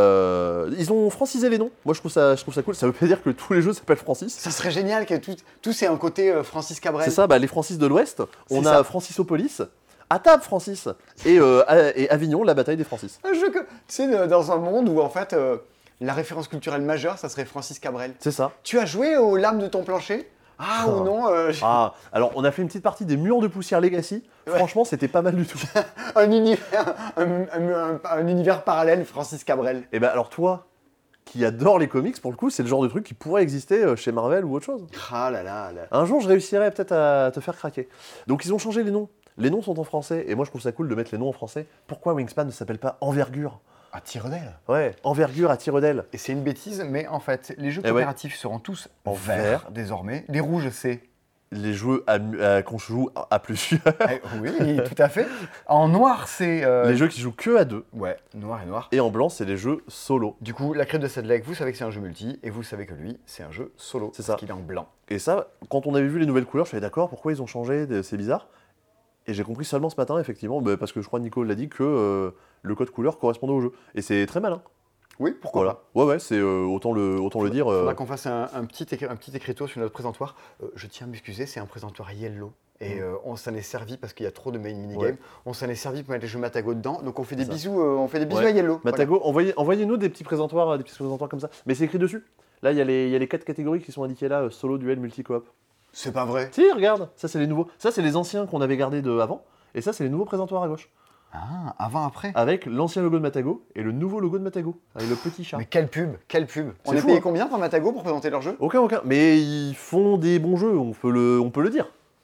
Euh, ils ont francisé les noms. Moi je trouve ça, je trouve ça cool. Ça veut pas dire que tous les jeux s'appellent Francis. Ça serait génial que tout, tout c'est un côté euh, Francis Cabrel. C'est ça, bah, les Francis de l'Ouest. On C'est a ça. Francisopolis, à table Francis, et, euh, A- et Avignon, la bataille des Francis. Un jeu que, tu sais, euh, dans un monde où en fait euh, la référence culturelle majeure, ça serait Francis Cabrel. C'est ça. Tu as joué aux lames de ton plancher? Ah Oh. ou non euh, je- Ah, alors on a fait une petite partie des murs de poussière Legacy. Ouais. Franchement, c'était pas mal du tout. un, univers, un, un- un- un univers parallèle Francis Cabrel. Et bah alors toi, qui adore les comics, pour le coup, c'est le genre de truc qui pourrait exister euh, chez Marvel ou autre chose. Ah là là là. Un jour, je réussirai peut-être à te faire craquer. Donc, ils ont changé les noms. Les noms sont en français, et moi, je trouve ça cool de mettre les noms en français. Pourquoi Wingspan ne s'appelle pas Envergure? À tire d'aile. Ouais, Envergure à tire d'aile. Et c'est une bêtise, mais en fait, les jeux Eh ouais. coopératifs seront tous En en vert, vert. désormais. Les rouges, c'est. Les jeux à mu- à- qu'on joue à- à plusieurs. Eh, oui, tout à fait. En noir, c'est. euh, Les jeux qui jouent que à deux. Ouais, noir et noir. Et en blanc, c'est les jeux solo. Du coup, la crête de Sedlec, vous savez que c'est un jeu multi, et vous savez que lui, c'est un jeu solo. C'est ça. Parce qu'il est en blanc. Et ça, quand on avait vu les nouvelles couleurs, je suis d'accord, pourquoi ils ont changé, de- c'est bizarre. Et j'ai compris seulement ce matin, effectivement, bah, parce que je crois Nico l'a dit, que euh, le code couleur correspondait au jeu. Et c'est très malin. Oui, pourquoi Voilà. Ouais, ouais, c'est euh, autant le, autant le dire. Il euh, faudra qu'on fasse un, un petit écri- un petit écriteau sur notre présentoir. Euh, je tiens à m'excuser, c'est un présentoir yellow. Et euh, on s'en est servi parce qu'il y a trop de main minigame. Ouais. On s'en est servi pour mettre les jeux Matago dedans. Donc on fait des ça. bisous, euh, on fait des bisous Ouais. à Yellow. Matago, envoyez, envoyez-nous des petits présentoirs, euh, des petits présentoirs comme ça. Mais c'est écrit dessus. Là, il y, a les- il y a les quatre catégories qui sont indiquées là, euh, solo, duel, multi-coop. Voilà. C'est pas vrai. Si, regarde, ça c'est les nouveaux. Ça c'est les anciens qu'on avait gardés de avant. Et ça c'est les nouveaux présentoirs à gauche. Ah, avant, après. Avec l'ancien logo de Matago et le nouveau logo de Matago. Avec le petit chat. Mais quelle pub, quelle pub. On C'est est fou, payé hein. combien par Matago pour présenter leur jeu? Aucun, aucun. Mais ils font des bons jeux, on peut le, on peut le dire.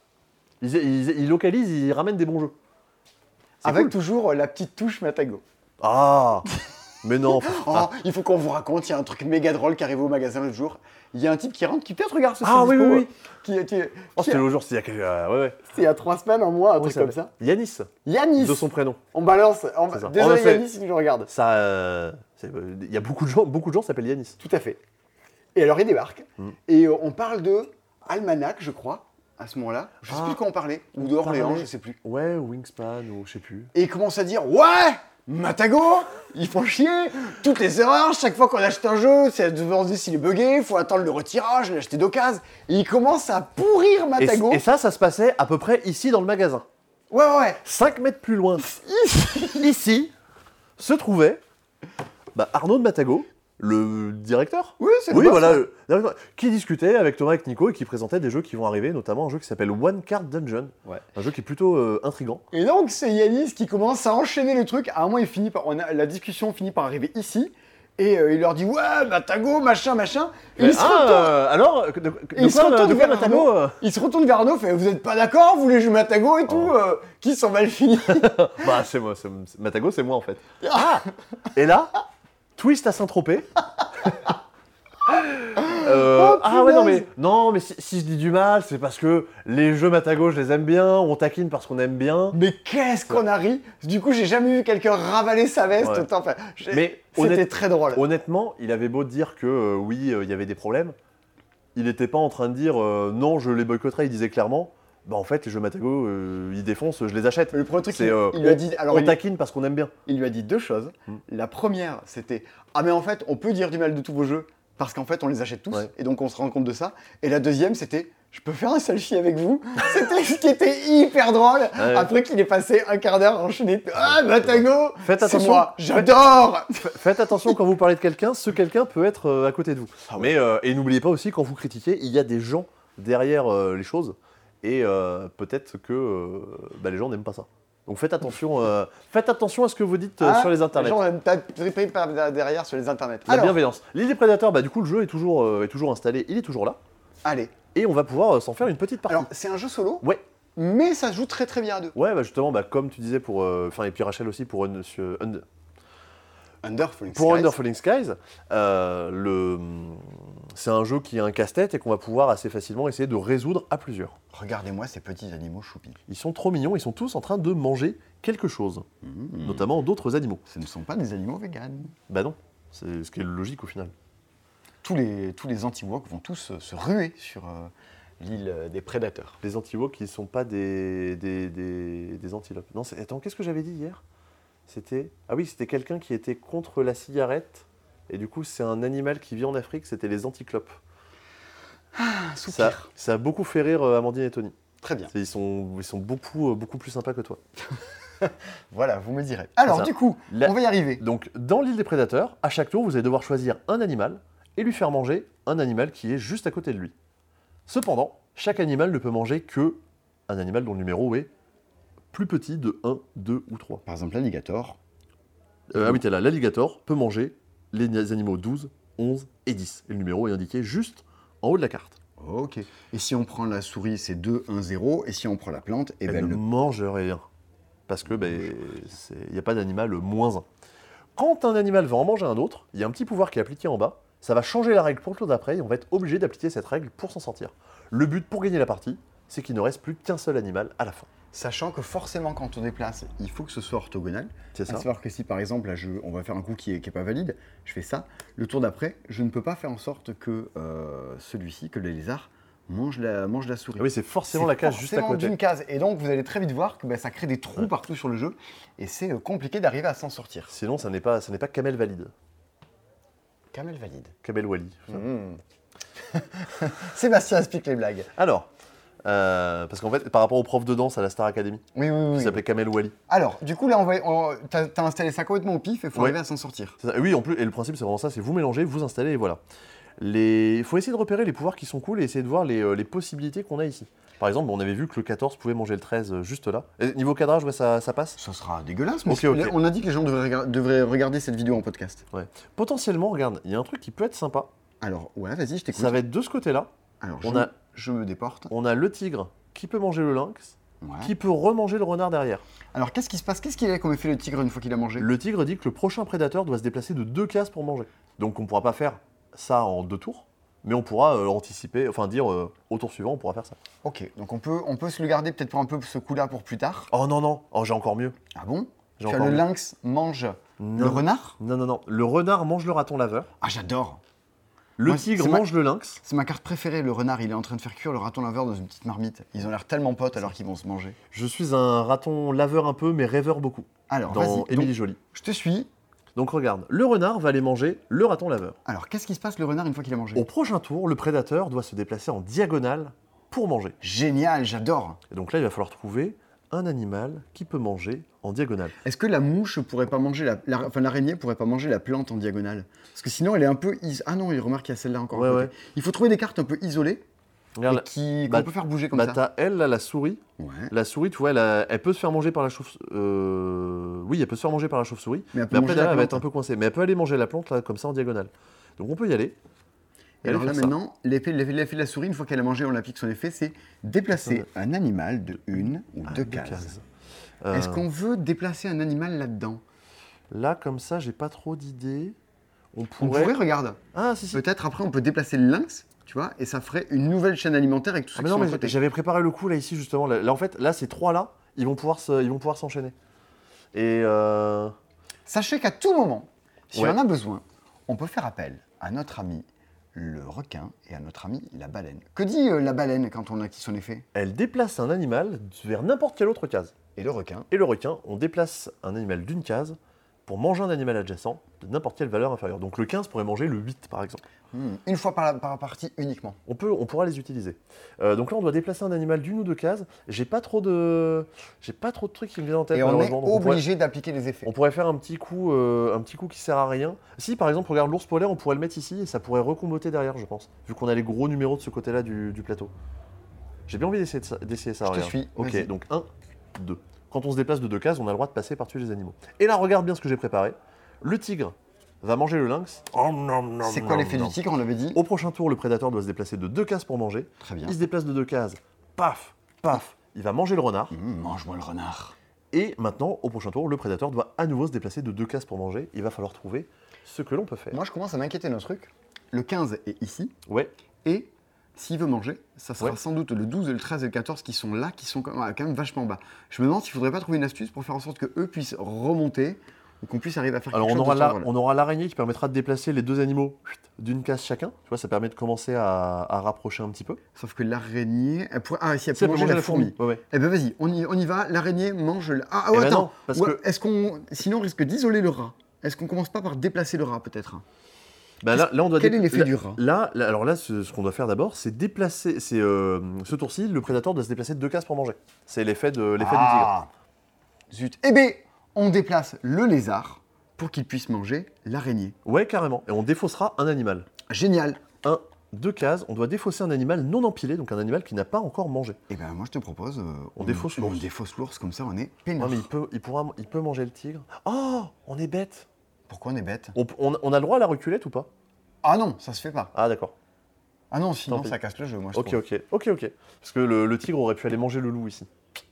Ils, ils- ils localisent, ils ramènent des bons jeux. C'est Avec cool. toujours euh, la petite touche Matago. Ah Mais non. Oh, Ah, il faut qu'on vous raconte, il y a un truc méga drôle qui arrive au magasin l'autre jour. Il y a un type qui rentre, qui peut-être regarde ce Ah, sur oui, Dispo, oui, oui. Qui, qui, oh, qui c'était le jour, c'était il y a quelques... euh, ouais, ouais. c'est il y a trois semaines, un mois, un Comment truc il comme s'appelle ça. Yanis, Yanis, de son prénom. on balance. on- C'est ça. Désolé On a fait- Yanis si tu nous regardes. Ça, euh, c'est- euh, il y a beaucoup de gens, beaucoup de gens s'appellent Yanis. Tout à fait. Et alors il débarque, Mm. et euh, on parle de Almanac, je crois, à ce moment-là. Je sais Ah. plus de quoi on parlait, ou de Orléans, parlait- je sais plus. Ouais, Wingspan ou je sais plus. Et il commence à dire, ouais, Matago, ils font chier, toutes les erreurs, chaque fois qu'on achète un jeu, c'est à demander s'il est buggé, faut attendre le retirage, l'acheter d'occasion. Et il commence à pourrir Et, Matago. et ça, ça se passait à peu près ici dans le magasin. Ouais, ouais, ouais. cinq mètres plus loin, ici, se trouvait bah, Arnaud de Matago, le directeur. Oui, c'est le Oui, boss, voilà, ouais. le directeur, qui discutait avec Thomas et avec Nico et qui présentait des jeux qui vont arriver, notamment un jeu qui s'appelle One Card Dungeon, Ouais. un jeu qui est plutôt euh, intriguant. Et donc c'est Yanis qui commence à enchaîner le truc. À un moment, il finit par, on a, la discussion finit par arriver ici. Et euh, il leur dit, ouais, Matago, machin, machin. Et il se ah, retourne. euh, alors, de, de- de Et il se quoi, retourne de quoi vers Matago Arnaud. euh Il se retourne vers Arnaud, fait vous êtes pas d'accord, vous les jouez Matago et tout, Oh. euh, qui sont mal finis. Bah, c'est moi, c'est- c'est- Matago, c'est moi en fait. Ah Et là, twist à Saint-Tropez. Euh, Oh, ah ouais, non punaise. mais, non, mais si, si je dis du mal, c'est parce que les jeux Matago, je les aime bien, on taquine parce qu'on aime bien. Mais qu'est-ce qu'on a ri. Du coup, j'ai jamais vu quelqu'un ravaler sa veste Ouais. autant. Enfin, j'ai- Mais c'était honnête- très drôle. Honnêtement, il avait beau dire que euh, oui, euh, il y avait des problèmes, il n'était pas en train de dire euh, non, je les boycotterai, il disait clairement bah en fait les jeux Matago, euh, ils défoncent, je les achète. Le premier truc, C'est, il, euh, il lui a dit. Alors, on il, taquine parce qu'on aime bien. il lui a dit deux choses. Mm. La première, c'était ah mais en fait, on peut dire du mal de tous vos jeux parce qu'en fait, on les achète tous Ouais. et donc on se rend compte de ça. Et la deuxième, c'était je peux faire un selfie avec vous. C'était ce qui était hyper drôle. Ouais. Après qu'il ait passé un quart d'heure enchaîné. Ah Matago, Faites c'est attention. moi, j'adore. F- Faites attention quand vous parlez de quelqu'un, ce quelqu'un peut être euh, à côté de vous. Ah ouais. Mais euh, et n'oubliez pas aussi quand vous critiquez, il y a des gens derrière euh, les choses et euh, peut-être que euh, bah, les gens n'aiment pas ça. Donc faites attention, euh, faites attention à ce que vous dites euh, Ah, sur les internets. Les gens aiment taper par derrière sur les internets. La Alors, bienveillance. L'île des prédateurs, bah du coup le jeu est toujours, euh, est toujours installé, il est toujours là allez. et on va pouvoir euh, s'en faire une petite partie. Alors, c'est un jeu solo, Ouais. mais ça se joue très très bien à deux. Ouais, bah justement, bah, comme tu disais pour, euh, enfin et puis Rachel aussi pour un- sur- un- Under Falling Pour Skies. Under Falling Skies, euh, le... c'est un jeu qui a un casse-tête et qu'on va pouvoir assez facilement essayer de résoudre à plusieurs. Regardez-moi ces petits animaux choupis. Ils sont trop mignons, ils sont tous en train de manger quelque chose, Mmh. notamment d'autres animaux. Ce ne sont pas des animaux véganes. Bah non, c'est ce qui est logique au final. Tous les, tous les anti-woke vont tous euh, se ruer sur euh, l'île euh, des prédateurs. Les antilopes qui ne sont pas des, des, des, des antilopes. Non, c'est- attends, qu'est-ce que j'avais dit hier? C'était... Ah oui, c'était quelqu'un qui était contre la cigarette, et du coup c'est un animal qui vit en Afrique, c'était les anticlopes. Ah, Ça, soupir. ça a beaucoup fait rire euh, Amandine et Tony. Très bien. C'est- Ils sont, ils sont beaucoup, euh, beaucoup plus sympas que toi. Voilà, vous me direz. Alors, ça. du coup, La- on va y arriver. Donc, dans l'île des prédateurs, à chaque tour, vous allez devoir choisir un animal et lui faire manger un animal qui est juste à côté de lui. Cependant, chaque animal ne peut manger que un animal dont le numéro est plus petit de un, deux ou trois. Par exemple, l'alligator. Euh, ah oui, t'es là, l'alligator peut manger les animaux douze, onze et dix. Et le numéro est indiqué juste en haut de la carte. Ok. Et si on prend la souris, c'est deux, un, zéro. Et si on prend la plante, eh Elle ben, ne le... mange rien. Parce que ben, il n'y a pas d'animal moins un. Quand un animal va en manger un autre, il y a un petit pouvoir qui est appliqué en bas. Ça va changer la règle pour le tour d'après et on va être obligé d'appliquer cette règle pour s'en sortir. Le but pour gagner la partie, c'est qu'il ne reste plus qu'un seul animal à la fin. Sachant que forcément, quand on déplace, il faut que ce soit orthogonal. C'est À ça. savoir que si par exemple, là, je, on va faire un coup qui est, qui est pas valide, je fais ça. Le tour d'après, je ne peux pas faire en sorte que euh, celui-ci, que le lézard, mange la, mange la souris. Ah oui, c'est forcément C'est la case juste à forcément côté. d'une case. Et donc, vous allez très vite voir que bah, ça crée des trous Ouais. partout sur le jeu. Et c'est euh, compliqué d'arriver à s'en sortir. Sinon, ça n'est pas, ça n'est pas Kamel valide. Kamel valide. Kamel Wally. Mmh. Sébastien explique les blagues. Alors, euh, parce qu'en fait, par rapport au prof de danse à la Star Academy, Oui, oui, oui. qui s'appelait Kamel Wally. Alors, du coup, là, on va, on, t'as, t'as installé ça complètement au pif et il faut Ouais. arriver à s'en sortir. C'est ça. Et oui, en plus, et le principe, c'est vraiment ça, c'est vous mélangez, vous installez, et voilà. Les... Il faut essayer de repérer les pouvoirs qui sont cool et essayer de voir les, euh, les possibilités qu'on a ici. Par exemple, on avait vu que le quatorze pouvait manger le treize euh, juste là. Et niveau cadrage, ouais, ça, ça passe. Ça sera dégueulasse, mais Ok, c'est- ok. on a dit que les gens devraient, rega- devraient regarder cette vidéo en podcast. Potentiellement, regarde, il y a un truc qui peut être sympa. Alors, ouais, vas-y, je t'écoute. Ça va être de ce côté-là. Alors, on je, a- je me déporte. On a le tigre qui peut manger le lynx, Ouais. qui peut remanger le renard derrière. Alors, qu'est-ce qui se passe? Qu'est-ce qu'il a comme effet le tigre une fois qu'il a mangé? Le tigre dit que le prochain prédateur doit se déplacer de deux cases pour manger. Donc on ne pourra pas faire ça en deux tours, mais on pourra euh, anticiper, enfin dire euh, au tour suivant, on pourra faire ça. Ok, donc on peut, on peut se le garder peut-être pour un peu ce coup-là pour plus tard. Oh non, non, oh, j'ai encore mieux. Ah bon? J'ai Tu as encore le mieux. lynx mange Non. le renard? Non, non, non. Le renard mange le raton laveur. Ah, j'adore! Le Moi, tigre c'est ma- mange le lynx. C'est ma carte préférée, le renard, il est en train de faire cuire le raton laveur dans une petite marmite. Ils ont l'air tellement potes alors qu'ils vont se manger. Je suis un raton laveur un peu, mais rêveur beaucoup. Alors, Dans vas-y, Émilie donc, Jolie. je te suis. Donc regarde, le renard va aller manger le raton laveur. Alors, qu'est-ce qui se passe le renard une fois qu'il a mangé? Au prochain tour, le prédateur doit se déplacer en diagonale pour manger. Génial, j'adore! Et donc là, il va falloir trouver un animal qui peut manger en diagonale. Est-ce que la mouche pourrait pas manger la, la- enfin l'araignée pourrait pas manger la plante en diagonale? Parce que sinon elle est un peu is... ah non, il remarque qu'il y a celle-là encore. à Ouais, côté. ouais. Il faut trouver des cartes un peu isolées Regarde, et qui qu'on bah, peut faire bouger comme bah, ça. t'as elle, là, la souris. Ouais. La souris, tu vois, elle, a- elle peut se faire manger par la chauve-souris. Oui, elle peut se faire manger par la chauve-souris. Mais, elle peut Mais manger après, la derrière, elle va plante. être un peu coincée. Mais elle peut aller manger la plante, là, comme ça, en diagonale. Donc on peut y aller. Et alors aller là faire ça. maintenant, l'effet, l'effet, l'effet de la souris, une fois qu'elle a mangé, on applique son effet, c'est déplacer Ouais. un animal de une ou Ah, deux deux cases. cases. Euh, Est-ce qu'on veut déplacer un animal là-dedans? Là, comme ça, j'ai pas trop d'idées. On On pourrait. pourrait, regarde, Ah, si, si. peut-être après on peut déplacer le lynx, tu vois, et ça ferait une nouvelle chaîne alimentaire avec tout Ah, ça mais qui non, sont à mais côté. j'avais préparé le coup, là, ici, justement. Là, là, en fait, là, ces trois-là, ils vont pouvoir se- ils vont pouvoir s'enchaîner. Et. Euh... Sachez qu'à tout moment, si Ouais. on en a besoin, on peut faire appel à notre ami le requin et à notre ami la baleine. Que dit euh, la baleine quand on active son effet? Elle déplace un animal vers n'importe quelle autre case. Et le requin? Et le requin, on déplace un animal d'une case pour manger un animal adjacent de n'importe quelle valeur inférieure. Donc le quinze pourrait manger le huit par exemple. Hmm, Une fois par, la, par partie uniquement. On, peut, on pourra les utiliser. Euh, donc là, on doit déplacer un animal d'une ou deux cases. J'ai pas trop de, j'ai pas trop de trucs qui me viennent en tête. Et on est malheureusement. Donc on pourrait- obligé d'appliquer les effets. On pourrait faire un petit coup, euh, un petit coup qui sert à rien. Si par exemple, regarde l'ours polaire, on pourrait le mettre ici et ça pourrait recomboter derrière, je pense, vu qu'on a les gros numéros de ce côté-là du, du plateau. J'ai bien envie d'essayer, de ça, d'essayer ça. Je te regarde. suis, Ok, vas-y. donc un, deux. Quand on se déplace de deux cases, on a le droit de passer par-dessus les animaux. Et là, regarde bien ce que j'ai préparé. Le tigre va manger le lynx. Oh, nom, nom, C'est quoi nom, l'effet nom. du tigre, on l'avait dit? Au prochain tour, le prédateur doit se déplacer de deux cases pour manger. Très bien. Il se déplace de deux cases. Paf, paf. Il va manger le renard. Mmh, mange-moi le renard. Et maintenant, au prochain tour, le prédateur doit à nouveau se déplacer de deux cases pour manger. Il va falloir trouver ce que l'on peut faire. Moi, je commence à m'inquiéter d'un truc. Le quinze est ici. Ouais, Et s'il veut manger, ça sera Ouais. sans doute le douze, le treize et le quatorze qui sont là, qui sont quand même, quand même vachement bas. Je me demande s'il ne faudrait pas trouver une astuce pour faire en sorte qu'eux puissent remonter ou qu'on puisse arriver à faire alors quelque on chose aura, de la- ce genre-là. on aura l'araignée qui permettra de déplacer les deux animaux d'une case chacun. Tu vois, ça permet de commencer à, à rapprocher un petit peu. Sauf que l'araignée, elle pourrait... Ah, si elle Ça peut manger la fourmi. Ouais, ouais. Eh ben vas-y, on y, on y va, l'araignée mange... le- Ah, ah, Eh ben attends, non, parce Ouais, que- est-ce qu'on... Sinon on risque d'isoler le rat. Est-ce qu'on commence pas par déplacer le rat peut-être? Bah là, là, on doit Quel dé- est l'effet là- du rat? Là, là- alors là, ce, ce qu'on doit faire d'abord, c'est déplacer. C'est euh, ce tour-ci, le prédateur doit se déplacer de deux cases pour manger. C'est l'effet de l'effet du tigre. Ah, zut. Eh ben, on déplace le lézard pour qu'il puisse manger l'araignée. Ouais, carrément. Et on défaussera un animal. Génial. Un, deux cases. On doit défausser un animal non empilé, donc un animal qui n'a pas encore mangé. Eh ben moi je te propose, euh, On défausse on l'ours. défausse l'ours comme ça, on est Non, peinard. mais il peut, il pourra, il peut manger le tigre. Oh, on est bête. Pourquoi on est bête? On, on- on a le droit à la reculette ou pas? Ah non, ça se fait pas. Ah d'accord. Ah non, sinon Tant pis. ça casse le jeu, moi je Ok, trouve. ok, ok, ok. Parce que le, le tigre aurait pu aller manger le loup ici.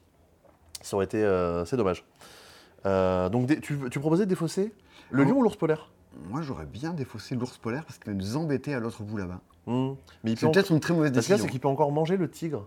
Ça aurait été, euh, c'est dommage. Euh, donc dé- tu, tu proposais de défausser le Oh. lion ou l'ours polaire? Moi j'aurais bien défaussé l'ours polaire parce qu'il va nous embêter à l'autre bout là-bas. Hmm. Mais il peut C'est en- peut-être une très mauvaise Parce que là, décision. c'est qu'il peut encore manger le tigre.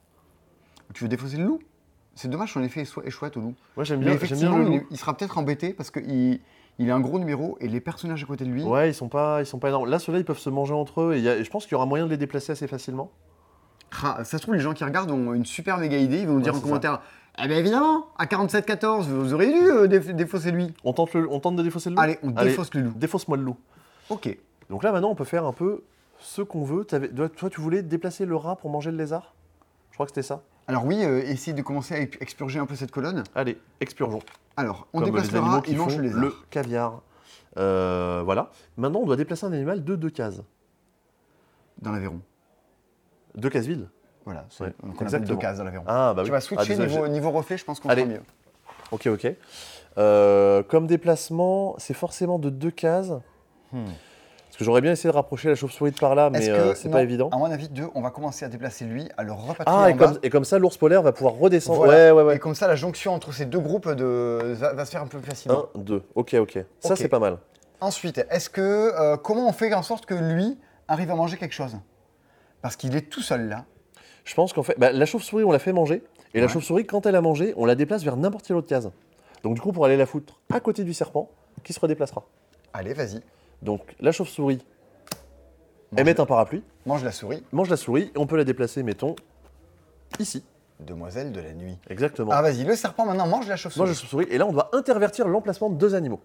Tu veux défausser le loup? C'est dommage son effet est chou- est chouette au loup. Moi, j'aime Mais bien, j'aime bien effectivement, le il, loup. est- il sera peut-être embêté parce qu'il il a un gros numéro et les personnages à côté de lui. Ouais, ils sont pas, ils sont pas énormes. Là, ceux-là, ils peuvent se manger entre eux et, il y a- et je pense qu'il y aura moyen de les déplacer assez facilement. Ah, ça se trouve, les gens qui regardent ont une super méga idée. Ils vont nous dire Ouais, en c'est commentaire Eh bien évidemment, à quarante-sept quatorze, vous auriez dû euh, déf- défausser lui. On tente, le, on tente de défausser le loup. Allez, on défausse le loup. Défausse-moi le loup. Ok. Donc là, maintenant, on peut faire un peu ce qu'on veut. T'avais- toi, toi, tu voulais déplacer le rat pour manger le lézard? Je crois que c'était ça. Alors oui, euh, essayer de commencer à ex- expurger un peu cette colonne. Allez, expurgeons. Alors, on Comme déplace les le animaux rat, qui il mange font le lézard. le caviar. Euh, voilà. Maintenant, on doit déplacer un animal de deux cases. Dans l'Aveyron. Deux cases vides. Voilà, c'est Ouais, donc on appelle exactement. deux cases dans l'Aveyron. Ah, bah Tu oui. vas Ah, switcher désolé, niveau, j'ai- niveau reflet, je pense qu'on Allez. fera mieux. Ok, ok. Euh, comme déplacement, c'est forcément de deux cases. Hmm. Parce que j'aurais bien essayé de rapprocher la chauve-souris de par là, mais Est-ce euh, que- c'est non, pas évident. À mon avis, deux, on va commencer à déplacer lui, à le repatrier Ah, en et bas. comme, et comme ça, l'ours polaire va pouvoir redescendre. Voilà. Ouais, ouais, ouais. Et comme ça, la jonction entre ces deux groupes de... va, va se faire un peu plus facilement. Un, deux. Ok, ok. Ça, Ok. c'est pas mal. Ensuite, est-ce que euh, comment on fait en sorte que lui arrive à manger quelque chose? Parce qu'il est tout seul là. Je pense qu'en fait, bah, la chauve-souris, on l'a fait manger. Et la Ouais. chauve-souris, quand elle a mangé, on la déplace vers n'importe quelle autre case. Donc, du coup, pour aller la foutre à côté du serpent, qui se redéplacera. Allez, vas-y. Donc, la chauve-souris Mange, émet un parapluie, mange la souris, mange la souris, et on peut la déplacer, mettons, ici. demoiselle de la nuit. Exactement. Ah vas-y, le serpent maintenant mange la chauve-souris. Mange la chauve-souris, et là, on doit intervertir l'emplacement de deux animaux.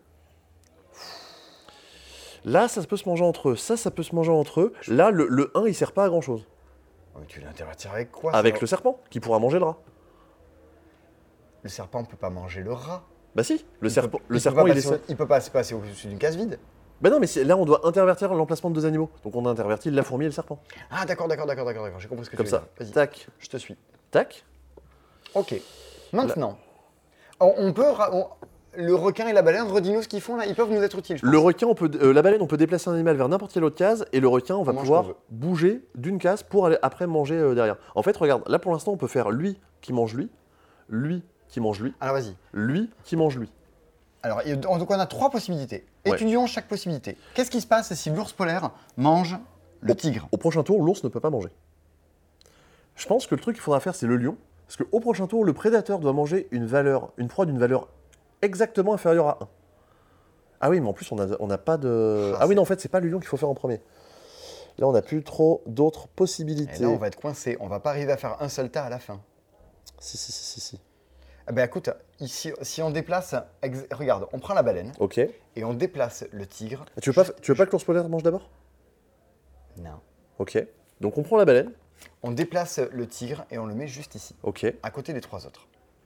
Là, ça peut se manger entre eux. Ça, ça peut se manger entre eux. Là, le, le un, il sert pas à grand-chose. Oh, mais tu l'intervertir avec quoi Avec ça le serpent, qui pourra manger le rat. Le serpent ne peut pas manger le rat. Bah si, le Il serpent, peut- le il serpent, peut il pas est... passer au- Il peut pas se passer au-dessus d'une case vide. Bah non, mais c'est- là, on doit intervertir l'emplacement de deux animaux. Donc, on a interverti la fourmi et le serpent. Ah d'accord, d'accord, d'accord, d'accord, d'accord. J'ai compris ce que Comme tu veux ça. dire. Vas-y, Tac, je te suis. tac. Ok. Maintenant, on, on peut... ra- on- Le requin et la baleine, redis-nous ce qu'ils font là. Ils peuvent nous être utiles, je pense. Le requin, on peut, euh, la baleine, on peut déplacer un animal vers n'importe quelle autre case, et le requin, on va On mange pouvoir qu'on veut. bouger d'une case pour aller après manger euh, derrière. En fait, regarde, là pour l'instant, on peut faire lui qui mange lui, lui qui mange lui, Alors vas-y. lui qui mange lui. Alors, il y a- donc on a trois possibilités. Ouais. Étudions chaque possibilité. Qu'est-ce qui se passe si l'ours polaire mange le tigre? Au prochain tour, l'ours ne peut pas manger. Je pense que le truc qu'il faudra faire, c'est le lion, parce qu'au prochain tour, le prédateur doit manger une valeur, une proie d'une valeur exactement inférieure à un. Ah oui, mais en plus, on n'a on n'a pas de... Ah, Ah oui, c'est- non, en fait, c'est pas le lion qu'il faut faire en premier. Là, on n'a plus trop d'autres Et possibilités. là, on va être coincé. On va pas arriver à faire un seul tas à la fin. Si, si, si, si, si. Ah ben écoute, ici, si on déplace, ex- regarde, on prend la baleine Ok. et on déplace le tigre. Tu veux pas, tu veux pas que l'ours polaire mange d'abord? Non. Ok. Donc on prend la baleine. On déplace le tigre et on le met juste ici, Ok. à côté des trois autres.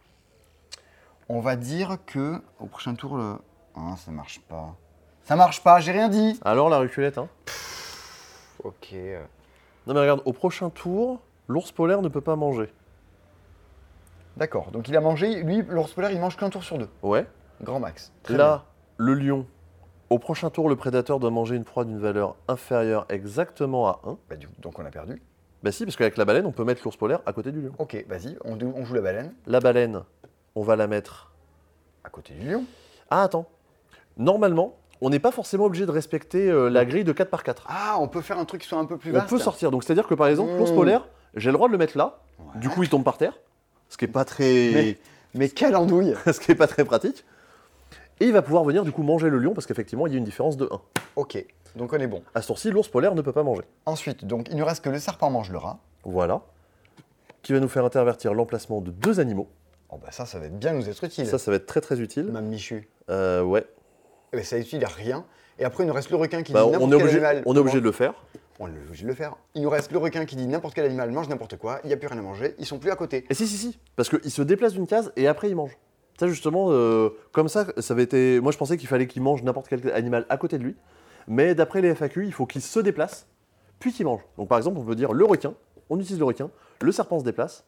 On va dire que au prochain tour, le... Ah, ça marche pas. Ça marche pas, j'ai rien dit. Alors la reculette, hein. Ok. euh, Non mais regarde, au prochain tour, l'ours polaire ne peut pas manger. D'accord, donc il a mangé, lui, l'ours polaire, il mange qu'un tour sur deux. Ouais. Grand max. Très Là, le lion. Au prochain tour, le prédateur doit manger une proie d'une valeur inférieure exactement à un. bien. Bah, du coup, donc on a perdu. Bah si, parce qu'avec la baleine, on peut mettre l'ours polaire à côté du lion. Ok, vas-y, on, on joue la baleine La baleine, on va la mettre... à côté du lion. Ah, attends. Normalement, on n'est pas forcément obligé de respecter euh, la grille de quatre par quatre. Ah, on peut faire un truc qui soit un peu plus On vaste. peut sortir. Donc, c'est-à-dire que, par exemple, Mmh. l'ours polaire, j'ai le droit de le mettre là. Ouais. Du coup, il tombe par terre. Ce qui n'est pas très... Mais, mais quelle andouille. ce qui est pas très pratique. Et il va pouvoir venir, du coup, manger le lion, parce qu'effectivement, il y a une différence de un. Ok, donc on est bon. À ce tour-ci, l'ours polaire ne peut pas manger. Ensuite, donc il ne reste que le serpent mange le rat. Voilà. Qui va nous faire intervertir l'emplacement de deux animaux. Oh bah ça, ça va être bien nous être utile. Ça, ça va être très très utile. Mme Michu. Euh, ouais. Eh ben, ça est utile à rien. Et après, il nous reste le requin qui Bah, dit on, n'importe est quel obligé, animal. on est obligé de le faire. On est obligé de le faire. Il nous reste le requin qui dit n'importe quel animal mange n'importe quoi. Il n'y a plus rien à manger. Ils sont plus à côté. Et si, si, si. Parce qu'il se déplace d'une case et après, il mange. Ça, justement, euh, comme ça, ça avait été. Moi, je pensais qu'il fallait qu'il mange n'importe quel animal à côté de lui. Mais d'après les F A Q, il faut qu'il se déplace, puis qu'il mange. Donc, par exemple, on peut dire le requin. On utilise le requin. Le serpent se déplace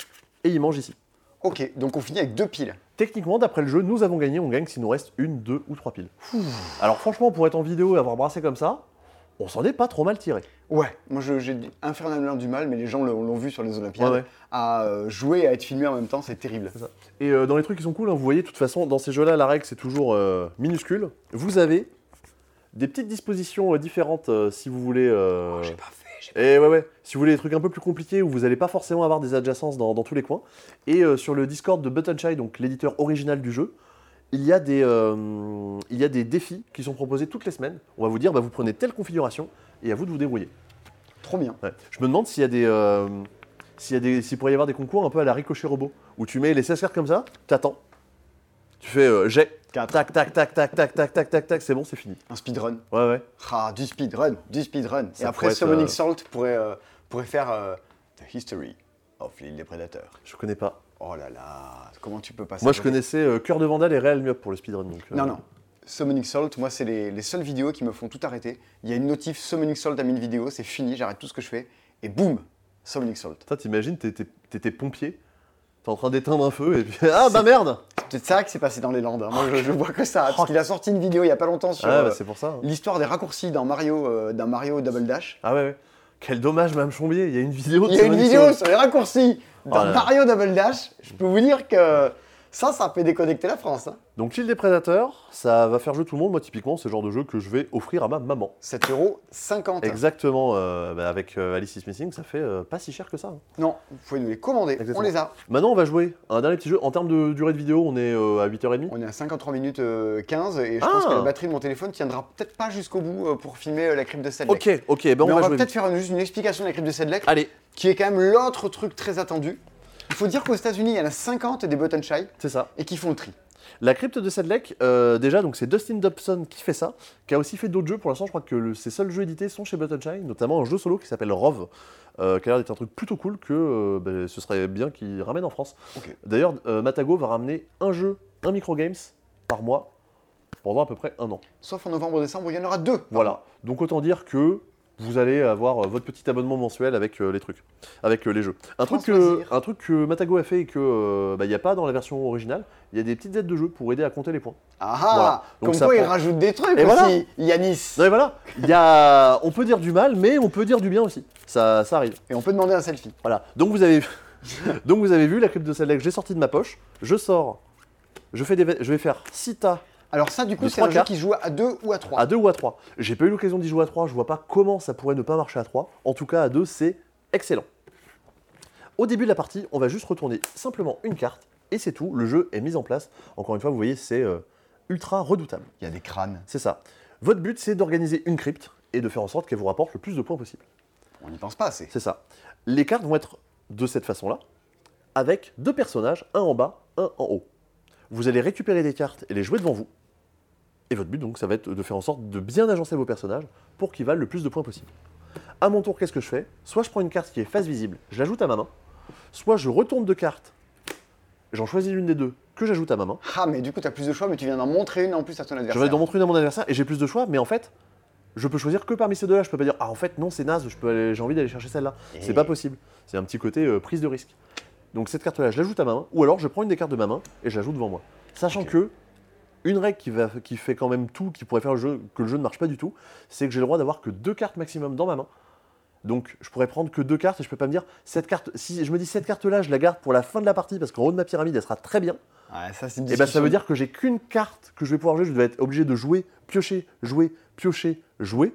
et il mange ici. Ok, donc on finit avec deux piles. Techniquement, d'après le jeu, nous avons gagné. On gagne s'il nous reste une, deux ou trois piles. Alors, franchement, pour être en vidéo et avoir brassé comme ça, on s'en est pas trop mal tiré. Ouais, moi je- j'ai infernalement du mal, mais les gens l'ont l'ont vu sur les Olympiades. Ouais, ouais. À euh, jouer et à être filmé en même temps, c'est terrible. Et euh, dans les trucs qui sont cool, hein, vous voyez, de toute façon, dans ces jeux-là, la règle, c'est toujours euh, minuscule. Vous avez des petites dispositions euh, différentes euh, si vous voulez... euh, Oh, j'ai pas fait. j'ai- Et ouais, ouais, si vous voulez des trucs un peu plus compliqués où vous n'allez pas forcément avoir des adjacences dans, dans tous les coins. Et euh, sur le Discord de Buttonshy, donc l'éditeur original du jeu, il y, a des, euh, il y a des défis qui sont proposés toutes les semaines. On va vous dire, bah, vous prenez telle configuration et à vous de vous débrouiller. Trop bien. Ouais. Je me demande s'il y a des... euh, s'il y a des, s'il pourrait y avoir des concours un peu à la Ricochet Robot, où tu mets les seize cartes comme ça, t'attends, tu fais euh, jet, Quatre. tac, tac, tac, tac, tac, tac, tac, tac, tac, c'est bon, c'est fini. Un speedrun. Ouais, ouais. Ah, du speedrun, du speedrun. Et Ça après, pourrait être, Summoning euh, Salt pourrait, euh, pourrait faire euh, The History of l'île des prédateurs. Je connais pas. Oh là là, comment tu peux passer Moi, à je côté connaissais euh, Cœur de Vandal et Real Mup pour le speedrun. Donc, euh, Non, non. Summoning Salt, moi, c'est les, les seules vidéos qui me font tout arrêter. Il y a une notif Summoning Salt à mille vidéos, c'est fini, j'arrête tout ce que je fais. Et boum, Summoning Salt. Toi, t'imagines, t'étais t'étais pompier, t'es en train d'éteindre un feu et puis ah bah merde. C'est peut-être ça qui s'est passé dans les Landes. hein. Moi, je, je vois que ça. Parce qu'il a sorti une vidéo il y a pas longtemps sur Ah bah euh, c'est pour ça. hein. l'histoire des raccourcis dans Mario, euh, dans Mario Double Dash. Ah ouais, ouais. Quel dommage, Mme Chombier, il y a une vidéo. de Il y a une Sonic vidéo Sonic. sur les raccourcis dans Oh là là. Mario Double Dash. Je peux vous dire que ça, ça fait déconnecter la France. hein. Donc l'île des prédateurs, ça va faire jouer tout le monde. Moi, typiquement, c'est le genre de jeu que je vais offrir à ma maman. sept euros cinquante. Exactement, euh, bah, avec euh, Alice is Missing, ça fait euh, pas si cher que ça. hein. Non, vous pouvez nous les commander. Exactement. On les a. Maintenant, on va jouer à un dernier petit jeu. En termes de durée de vidéo, on est euh, à huit heures trente. On est à cinquante-trois minutes euh, quinze et je Ah. pense que la batterie de mon téléphone tiendra peut-être pas jusqu'au bout euh, pour filmer euh, la crypte de Sedlec. Ok, ok, ben Mais on, on va, va jouer. peut-être vite. faire une- juste une explication de la crypte de Sedlec, Allez, qui est quand même l'autre truc très attendu. Il faut dire qu'aux États-Unis, il y en a cinquante des Buttonshy c'est ça. et qui font le tri. La crypte de Sedlec, euh, déjà, donc c'est Dustin Dobson qui fait ça, qui a aussi fait d'autres jeux. Pour l'instant, je crois que le- ses seuls jeux édités sont chez Buttonshy, notamment un jeu solo qui s'appelle Rove, euh, qui a l'air d'être un truc plutôt cool que euh, ben, ce serait bien qu'il ramène en France. Ok. D'ailleurs, euh, Matago va ramener un jeu, un microgames par mois pendant à peu près un an. Sauf en novembre-décembre, il y en aura deux. Voilà. Donc autant dire que vous allez avoir euh, votre petit abonnement mensuel avec euh, les trucs, avec euh, les jeux. Un Sans truc, que, choisir. un truc que Matago a fait et que euh, bah, il n'y a pas dans la version originale, il y a des petites aides de jeu pour aider à compter les points. Ah Voilà. ah Donc Comme ça quoi, il prend- rajoute des trucs Et aussi, voilà. Yanis. Non mais voilà, il y a, on peut dire du mal, mais on peut dire du bien aussi. Ça, ça arrive. Et on peut demander un selfie. Voilà. Donc vous avez, donc vous avez vu la crypte de Sedlec, j'ai sorti de ma poche, je sors, je fais des, je vais faire six tas Alors ça, du coup, De c'est trois un jeu cartes. qui se joue à deux ou à trois. à deux ou à trois. J'ai pas eu l'occasion d'y jouer à trois, je vois pas comment ça pourrait ne pas marcher à trois. En tout cas à deux, c'est excellent. Au début de la partie, on va juste retourner simplement une carte et c'est tout. Le jeu est mis en place. Encore une fois, vous voyez, c'est euh, ultra redoutable. Il y a des crânes. C'est ça. Votre but, c'est d'organiser une crypte et de faire en sorte qu'elles vous rapportent le plus de points possible. On n'y pense pas assez. C'est ça. Les cartes vont être de cette façon-là, avec deux personnages, un en bas, un en haut. Vous allez récupérer des cartes et les jouer devant vous. Et votre but, donc, ça va être de faire en sorte de bien agencer vos personnages pour qu'ils valent le plus de points possible. À mon tour, qu'est-ce que je fais? Soit je prends une carte qui est face visible, je l'ajoute à ma main. Soit je retourne deux cartes, j'en choisis l'une des deux que j'ajoute à ma main. Ah, mais du coup, tu as plus de choix, mais tu viens d'en montrer une en plus à ton adversaire. Je vais d'en montrer une à mon adversaire et j'ai plus de choix, mais en fait, je peux choisir que parmi ces deux-là. Je peux pas dire, ah en fait, non, c'est naze, je peux aller- j'ai envie d'aller chercher celle-là. Et- C'est pas possible. C'est un petit côté euh, prise de risque. Donc cette carte-là, je l'ajoute à ma main, ou alors je prends une des cartes de ma main et je l'ajoute devant moi. Sachant Ok. que, une règle qui, va, qui fait quand même tout, qui pourrait faire le jeu, que le jeu ne marche pas du tout, c'est que j'ai le droit d'avoir que deux cartes maximum dans ma main. Donc je pourrais prendre que deux cartes et je peux pas me dire, cette carte, si je me dis cette carte-là, je la garde pour la fin de la partie parce qu'en haut de ma pyramide, elle sera très bien. Ouais, ça, c'est une Et ben ça discussion. veut dire que j'ai qu'une carte que je vais pouvoir jouer, je vais être obligé de jouer, piocher, jouer, piocher, jouer.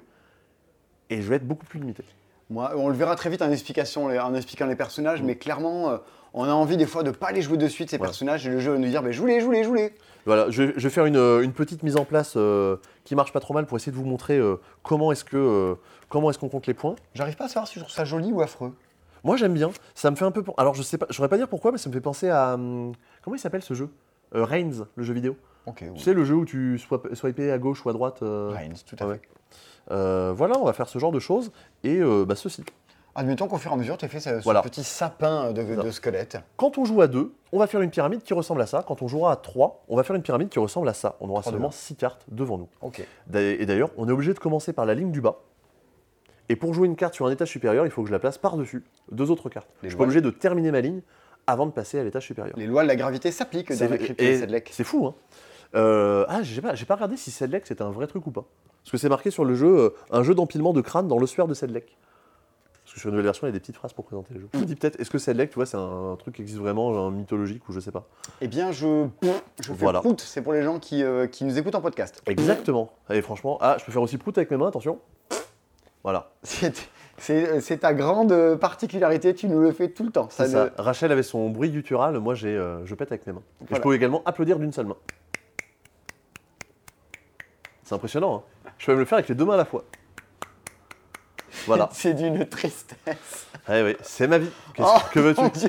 Et je vais être beaucoup plus limité. Moi, on le verra très vite en, explication, en expliquant les personnages, Mm. mais clairement, euh, on a envie des fois de ne pas les jouer de suite, ces Voilà. personnages, et le jeu va nous dire, bah, joue-les, joue-les, joue-les. Voilà, je vais, je vais faire une, euh, une petite mise en place euh, qui marche pas trop mal pour essayer de vous montrer euh, comment est-ce que euh, comment est-ce qu'on compte les points. J'arrive pas à savoir si je trouve ça joli ou affreux. Moi j'aime bien, ça me fait un peu... pen- Alors je sais pas, je saurais pas dire pourquoi, mais ça me fait penser à... hum, comment il s'appelle ce jeu euh, Reigns, le jeu vidéo. Ok, oui. Tu sais, le jeu où tu swap- swipais à gauche ou à droite. euh, Reigns, tout à ouais. fait. Euh, voilà, on va faire ce genre de choses, et euh, bah, ceci. Admettons qu'au fur et à mesure, tu as fait ce, ce Voilà. petit sapin de, C'est ça. de squelette. Quand on joue à deux, on va faire une pyramide qui ressemble à ça. Quand on jouera à trois, on va faire une pyramide qui ressemble à ça. On aura Trois seulement de six cartes devant nous. Ok. D'a- Et d'ailleurs, on est obligé de commencer par la ligne du bas. Et pour jouer une carte sur un étage supérieur, il faut que je la place par-dessus deux autres cartes. Les je suis lois- pas obligé de terminer ma ligne avant de passer à l'étage supérieur. Les lois de la gravité s'appliquent dans la crypte de et Sedlec. c'est fou, hein. Euh, ah, j'ai pas, j'ai pas regardé si Sedlec c'était un vrai truc ou pas. Parce que c'est marqué sur le jeu, euh, un jeu d'empilement de crânes dans l'ossuaire de Sedlec. Parce que sur une nouvelle version, il y a des petites phrases pour présenter le jeu. Je me dis peut-être, est-ce que Sedlec, tu vois, c'est un, un truc qui existe vraiment, un mythologique ou je sais pas. Eh bien, je, je fais Voilà. prout, c'est pour les gens qui, euh, qui nous écoutent en podcast. Exactement. Et franchement, ah, je peux faire aussi prout avec mes mains, attention. Voilà. C'est c'est- c'est ta grande particularité, tu nous le fais tout le temps. C'est Ça ça. ne- Rachel avait son bruit guttural, moi j'ai, euh, je pète avec mes mains. Et Voilà. je peux également applaudir d'une seule main. C'est impressionnant, hein. Je peux même le faire avec les deux mains à la fois. Voilà. C'est d'une tristesse. Eh oui, c'est ma vie. Qu'est-ce Oh, que veux-tu mon Dieu.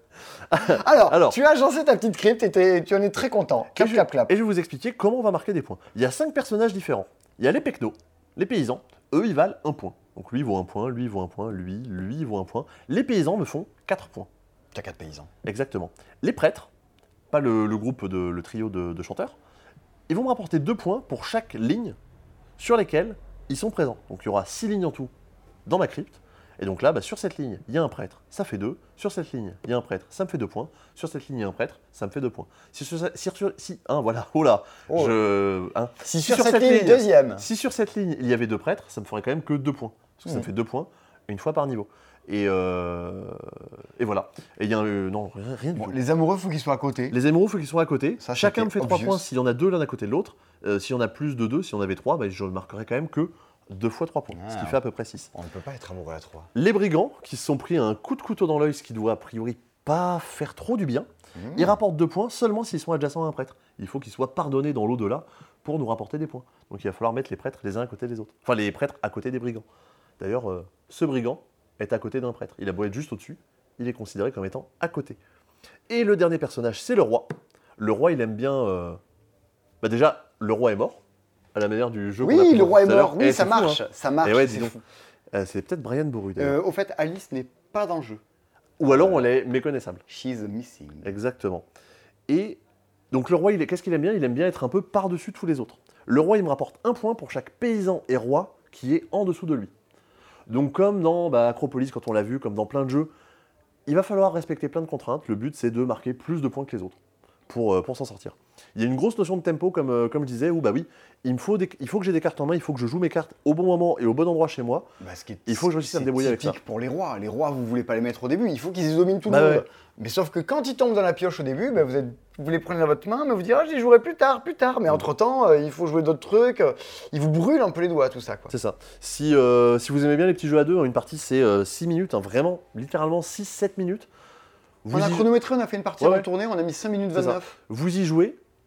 Alors, Alors. tu as agencé ta petite crypte et t'es- tu en es très content. Clap, et, je, clap, clap. et je vais vous expliquer comment on va marquer des points. Il y a cinq personnages différents. Il y a les pecnos, les paysans. Eux, ils valent un point. Donc lui, il vaut un point, lui, il vaut un point, lui, lui, il vaut un point. Les paysans me font quatre points. T'as quatre paysans. Exactement. Les prêtres, pas le, le groupe, de, le trio de, de chanteurs, ils vont me rapporter deux points pour chaque ligne sur lesquelles ils sont présents. Donc il y aura six lignes en tout dans ma crypte. Et donc là, bah, sur cette ligne, il y a un prêtre, ça fait deux. Sur cette ligne, il y a un prêtre, ça me fait deux points. Sur cette ligne, il y a un prêtre, ça me fait deux points. Si sur, si, sur- si hein, voilà, oh là, Oh. je, hein. Si sur, cette ligne, deuxième. Si sur cette ligne, il y avait deux prêtres, ça me ferait quand même que deux points. Parce que ça me Mhm. fait deux points, une fois par niveau. Et, euh, et voilà. Et il y a un... euh, non, rien, rien du Bon, tout. les amoureux, faut qu'ils soient à côté. Les émerauds, il faut qu'ils soient à côté. Ça, Chacun c'était me fait trois obvious. points s'il y en a deux l'un à côté de l'autre. Euh, s'il y en a plus de deux, si on avait trois, bah, je ne marquerais quand même que deux fois trois points, ce qui Ah. fait à peu près six. On ne peut pas être amoureux à trois. Les brigands, qui se sont pris un coup de couteau dans l'œil, ce qui doit a priori pas faire trop du bien, Mmh. ils rapportent deux points seulement s'ils sont adjacents à un prêtre. Il faut qu'ils soient pardonnés dans l'au-delà pour nous rapporter des points. Donc il va falloir mettre les prêtres les uns à côté des autres. Enfin, les prêtres à côté des brigands. D'ailleurs, euh, ce brigand est à côté d'un prêtre. Il a beau être juste au-dessus, il est considéré comme étant à côté. Et le dernier personnage, c'est le roi. Le roi, il aime bien... euh, Bah déjà, le roi est mort, à la manière du jeu qu'on a Oui, pu le voir roi est tout à l'heure. mort. Oui, Eh, ça c'est fou, marche. hein. Ça marche. Et ouais, c'est dis donc. fou. Euh, c'est peut-être Brian Boru, d'ailleurs. Euh, au fait, Alice n'est pas dans le jeu. Ou alors, elle est méconnaissable. She's missing. Exactement. Et donc le roi, il est- qu'est-ce qu'il aime bien? Il aime bien être un peu par-dessus tous les autres. Le roi, il me rapporte un point pour chaque paysan et roi qui est en dessous de lui. Donc comme dans bah, Acropolis, quand on l'a vu, comme dans plein de jeux, il va falloir respecter plein de contraintes. Le but, c'est de marquer plus de points que les autres pour, euh, pour s'en sortir. Il y a une grosse notion de tempo, comme, euh, comme je disais, où bah oui, il, me faut des- il faut que j'ai des cartes en main, il faut que je joue mes cartes au bon moment et au bon endroit chez moi. Bah, ce qui est- Il faut que je réussisse à me c'est débrouiller avec typique ça. pour les rois. Les rois, vous voulez pas les mettre au début. Il faut qu'ils dominent tout Bah le monde. ouais. Mais sauf que quand ils tombent dans la pioche au début, bah, vous, êtes, vous les prenez dans votre main, mais vous dites ah, j'y jouerai plus tard, plus tard. Mais entre-temps, euh, il faut jouer d'autres trucs. euh, Ils vous brûlent un peu les doigts, tout ça. Quoi. C'est ça. Si, euh, si vous aimez bien les petits jeux à deux, une partie c'est euh, six minutes, hein, vraiment, littéralement six sept minutes. Vous On a y- chronométré, on a fait une partie Ouais, en ouais. tournée, on a mis cinq minutes C'est ça. vingt-neuf. Vous y jouez,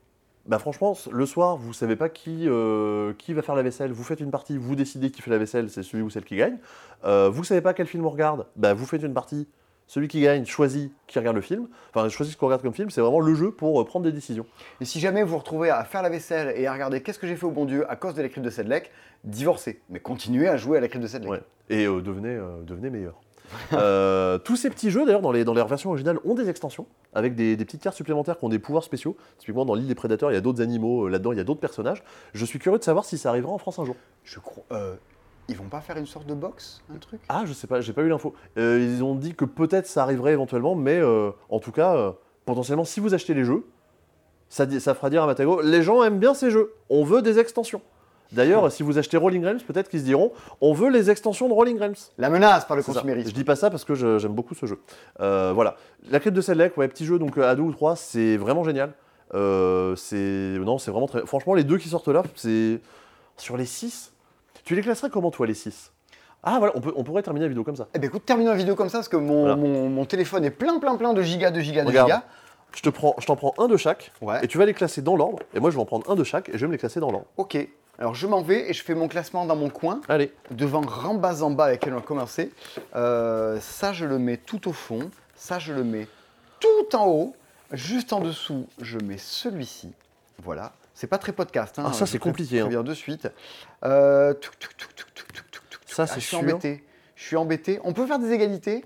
Bah franchement, le soir, vous savez pas qui, euh, qui va faire la vaisselle. Vous faites une partie, vous décidez qui fait la vaisselle, c'est celui ou celle qui gagne. Euh, vous savez pas quel film on regarde, bah vous faites une partie. Celui qui gagne choisit qui regarde le film. Enfin, choisit ce qu'on regarde comme film. C'est vraiment le jeu pour euh, prendre des décisions. Et si jamais vous vous retrouvez à faire la vaisselle et à regarder qu'est-ce que j'ai fait au bon Dieu à cause de la crypte de Sedlec, divorcez. Mais continuez à jouer à la crypte de Sedlec. Ouais. Et euh, devenez, euh, devenez meilleur. euh, tous ces petits jeux, d'ailleurs, dans les, dans les versions originales, ont des extensions avec des, des petites cartes supplémentaires qui ont des pouvoirs spéciaux. Typiquement, dans l'île des prédateurs, il y a d'autres animaux. euh, Là-dedans, il y a d'autres personnages. Je suis curieux de savoir si ça arrivera en France un jour. Je crois. Euh, ils vont pas faire une sorte de box, un truc? Ah, je sais pas, j'ai pas eu l'info. Euh, ils ont dit que peut-être ça arriverait éventuellement, mais euh, en tout cas, euh, potentiellement, si vous achetez les jeux, ça, di- ça fera dire à Matago, les gens aiment bien ces jeux, on veut des extensions. D'ailleurs, Ah. si vous achetez Rolling Realms, peut-être qu'ils se diront, on veut les extensions de Rolling Realms. La menace par le C'est ça. consumérisme. Je dis pas ça parce que je- j'aime beaucoup ce jeu. Euh, voilà. La crypte de Sedlec, ouais, petit jeu, donc euh, à deux ou trois, c'est vraiment génial. Euh, c'est non, c'est vraiment très. Franchement, les deux qui sortent là, c'est sur les six. Tu les classerais comment toi les six? Ah voilà, on, peut, on pourrait terminer la vidéo comme ça. Eh ben écoute, terminons la vidéo comme ça parce que mon, Voilà. mon, mon téléphone est plein, plein, plein de gigas, de gigas, de Regarde. gigas. Je te prends, je t'en prends un de chaque, Ouais. et tu vas les classer dans l'ordre. Et moi, je vais en prendre un de chaque, et je vais me les classer dans l'ordre. Ok. Alors je m'en vais et je fais mon classement dans mon coin, Allez. devant Rambazamba avec lequel on va commencer. Euh, ça, je le mets tout au fond. Ça, je le mets tout en haut. Juste en dessous, je mets celui-ci. Voilà. C'est pas très podcast. Hein. Ah, ça, Je c'est pré- compliqué, hein. préviens de suite. Euh, touc, touc, touc, touc, touc, touc, touc, touc. Ça, Ah, c'est je suis sûr. embêté. Je suis embêté. On peut faire des égalités?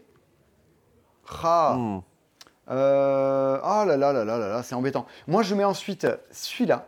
Ah. Hmm. Euh, oh là là là là là là, c'est embêtant. Moi, je mets ensuite celui-là,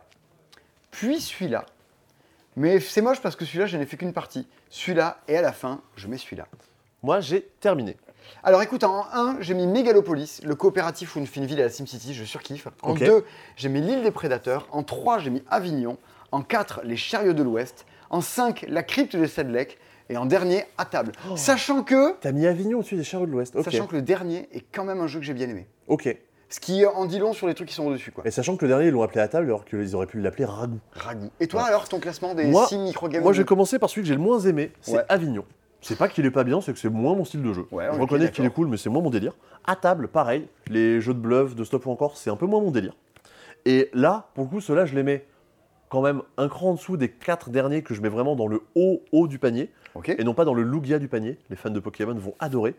puis celui-là. Mais c'est moche parce que celui-là, je n'ai fait qu'une partie. Celui-là, et à la fin, je mets celui-là. Moi, j'ai terminé. Alors écoute, en un, j'ai mis Megalopolis, le coopératif où on fait une ville à la SimCity, je surkiffe. En Ok. deux, j'ai mis l'île des prédateurs. En trois, j'ai mis Avignon. En quatre, les chariots de l'Ouest. En cinq, la crypte de Sedlec. Et en dernier, à table. Oh. Sachant que, T'as mis Avignon au-dessus des Chariots de l'Ouest. Ok. sachant que le dernier est quand même un jeu que j'ai bien aimé. Ok. Ce qui en dit long sur les trucs qui sont au-dessus, quoi. Et sachant que le dernier, ils l'ont appelé à table, alors qu'ils auraient pu l'appeler Ragout. Ragout. Et toi Ouais. alors, ton classement des Moi- six micro-games? Moi, j'ai commencé par celui que j'ai le moins aimé, c'est Ouais. Avignon. C'est pas qu'il est pas bien, c'est que c'est moins mon style de jeu. Ouais, je ok, reconnais qu'il est d'accord. cool, mais c'est moins mon délire. À table, pareil, les jeux de bluff, de stop ou encore, c'est un peu moins mon délire. Et là, pour le coup, ceux-là, je les mets quand même un cran en dessous des quatre derniers que je mets vraiment dans le haut, haut du panier, Ok. et non pas dans le Lugia du panier. Les fans de Pokémon vont adorer.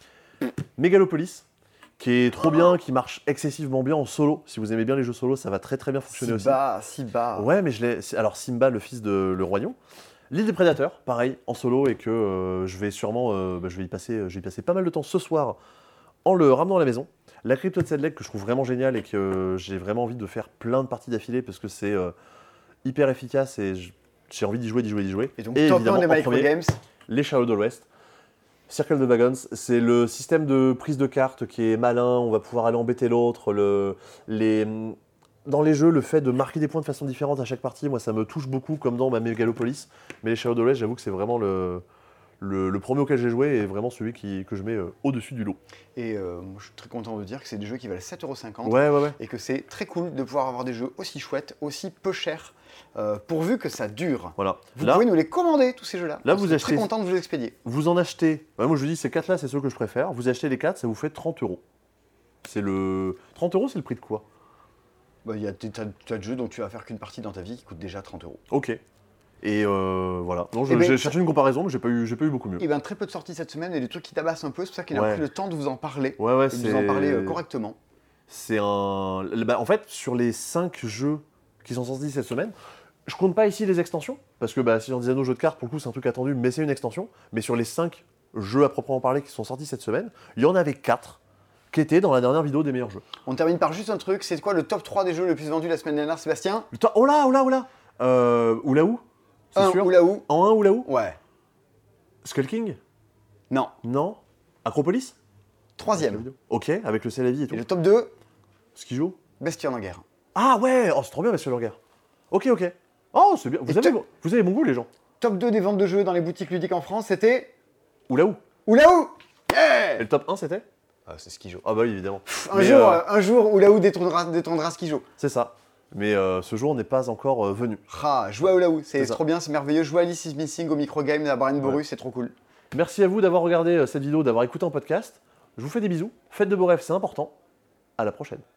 Megalopolis, qui est trop bien, qui marche excessivement bien en solo. Si vous aimez bien les jeux solo, ça va très très bien fonctionner Si aussi. bas, si bas. Ouais, mais je l'ai. c'est- Alors Simba, le fils de le roi lion. L'île des prédateurs, pareil, en solo, et que euh, je vais sûrement, euh, bah, je vais y passer, je vais y passer pas mal de temps ce soir en le ramenant à la maison. La crypte de Sedlec que je trouve vraiment géniale et que euh, j'ai vraiment envie de faire plein de parties d'affilée parce que c'est euh, hyper efficace et je- j'ai envie d'y jouer, d'y jouer, d'y jouer. Et donc, et top évidemment, un des en premier, micro-games. les Chariots de l'Ouest. Circle de Wagons, c'est le système de prise de cartes qui est malin, on va pouvoir aller embêter l'autre. Le, les, dans les jeux, le fait de marquer des points de façon différente à chaque partie, moi ça me touche beaucoup, comme dans ma Megalopolis. Mais les Chariots de l'Ouest, j'avoue que c'est vraiment le, le, le premier auquel j'ai joué et vraiment celui qui, que je mets euh, au-dessus du lot. Et euh, moi, je suis très content de dire que c'est des jeux qui valent sept euros cinquante. Ouais, ouais, ouais. Et que c'est très cool de pouvoir avoir des jeux aussi chouettes, aussi peu chers, euh, pourvu que ça dure. Voilà. Vous Là, pouvez nous les commander, tous ces jeux-là. Là, On vous serait achetez- très content de vous les expédier. vous en achetez. Ouais, moi je vous dis, ces quatre-là, c'est ceux que je préfère. Vous achetez les quatre, ça vous fait trente euros. C'est le. trente euros, c'est le prix de quoi? Bah, il y a des tas, tas de jeux dont tu vas faire qu'une partie dans ta vie qui coûtent déjà trente euros. Ok. Et euh, voilà. Non, je- Eh ben, j'ai cherché une comparaison, mais j'ai pas eu, j'ai pas eu beaucoup mieux. Et bien, très peu de sorties cette semaine et des trucs qui tabassent un peu. C'est pour ça qu'il a Ouais. pris le temps de vous en parler Ouais, ouais, et de c'est. vous en parler euh, correctement. C'est un. Bah, en fait, sur les cinq jeux qui sont sortis cette semaine, je compte pas ici les extensions, parce que bah, Seigneur des Anneaux, jeu de cartes, pour le coup, c'est un truc attendu, mais c'est une extension. Mais sur les cinq jeux à proprement parler qui sont sortis cette semaine, il y en avait quatre qui étaient dans la dernière vidéo des meilleurs jeux. On termine par juste un truc. C'est quoi le top trois des jeux le plus vendus la semaine dernière, Sébastien? Putain, oh là, oh là, oh là euh, Oula où C'est Un sûr ou là où? En un, Oula où Ouais. Skull King Non. Non Acropolis Troisième. Ok, avec le Célavi et tout. Et le top deux, Skijo Bestien en guerre. Ah ouais, oh, c'est trop bien, Monsieur Lorguer. Ok, ok. Oh, c'est bien. Vous Et avez, te- vous avez bon goût, les gens. Top deux des ventes de jeux dans les boutiques ludiques en France, c'était Oula où Oulaou. Et Yeah. le top un, c'était Ah, c'est Skijo. Ah bah oui, évidemment. Un Mais, jour, euh, euh, un jour, Oulaou détrônera, détrônera Skijo. C'est ça. Mais euh, ce jour n'est pas encore euh, venu. Ah, jouer à Oulaou, c'est C'est ça. trop bien, c'est merveilleux. Jouer à Alice is Missing au micro-game de la Barine Boru, Ouais. c'est trop cool. Merci à vous d'avoir regardé euh, cette vidéo, d'avoir écouté un podcast. Je vous fais des bisous. Faites de beaux rêves, c'est important. À la prochaine.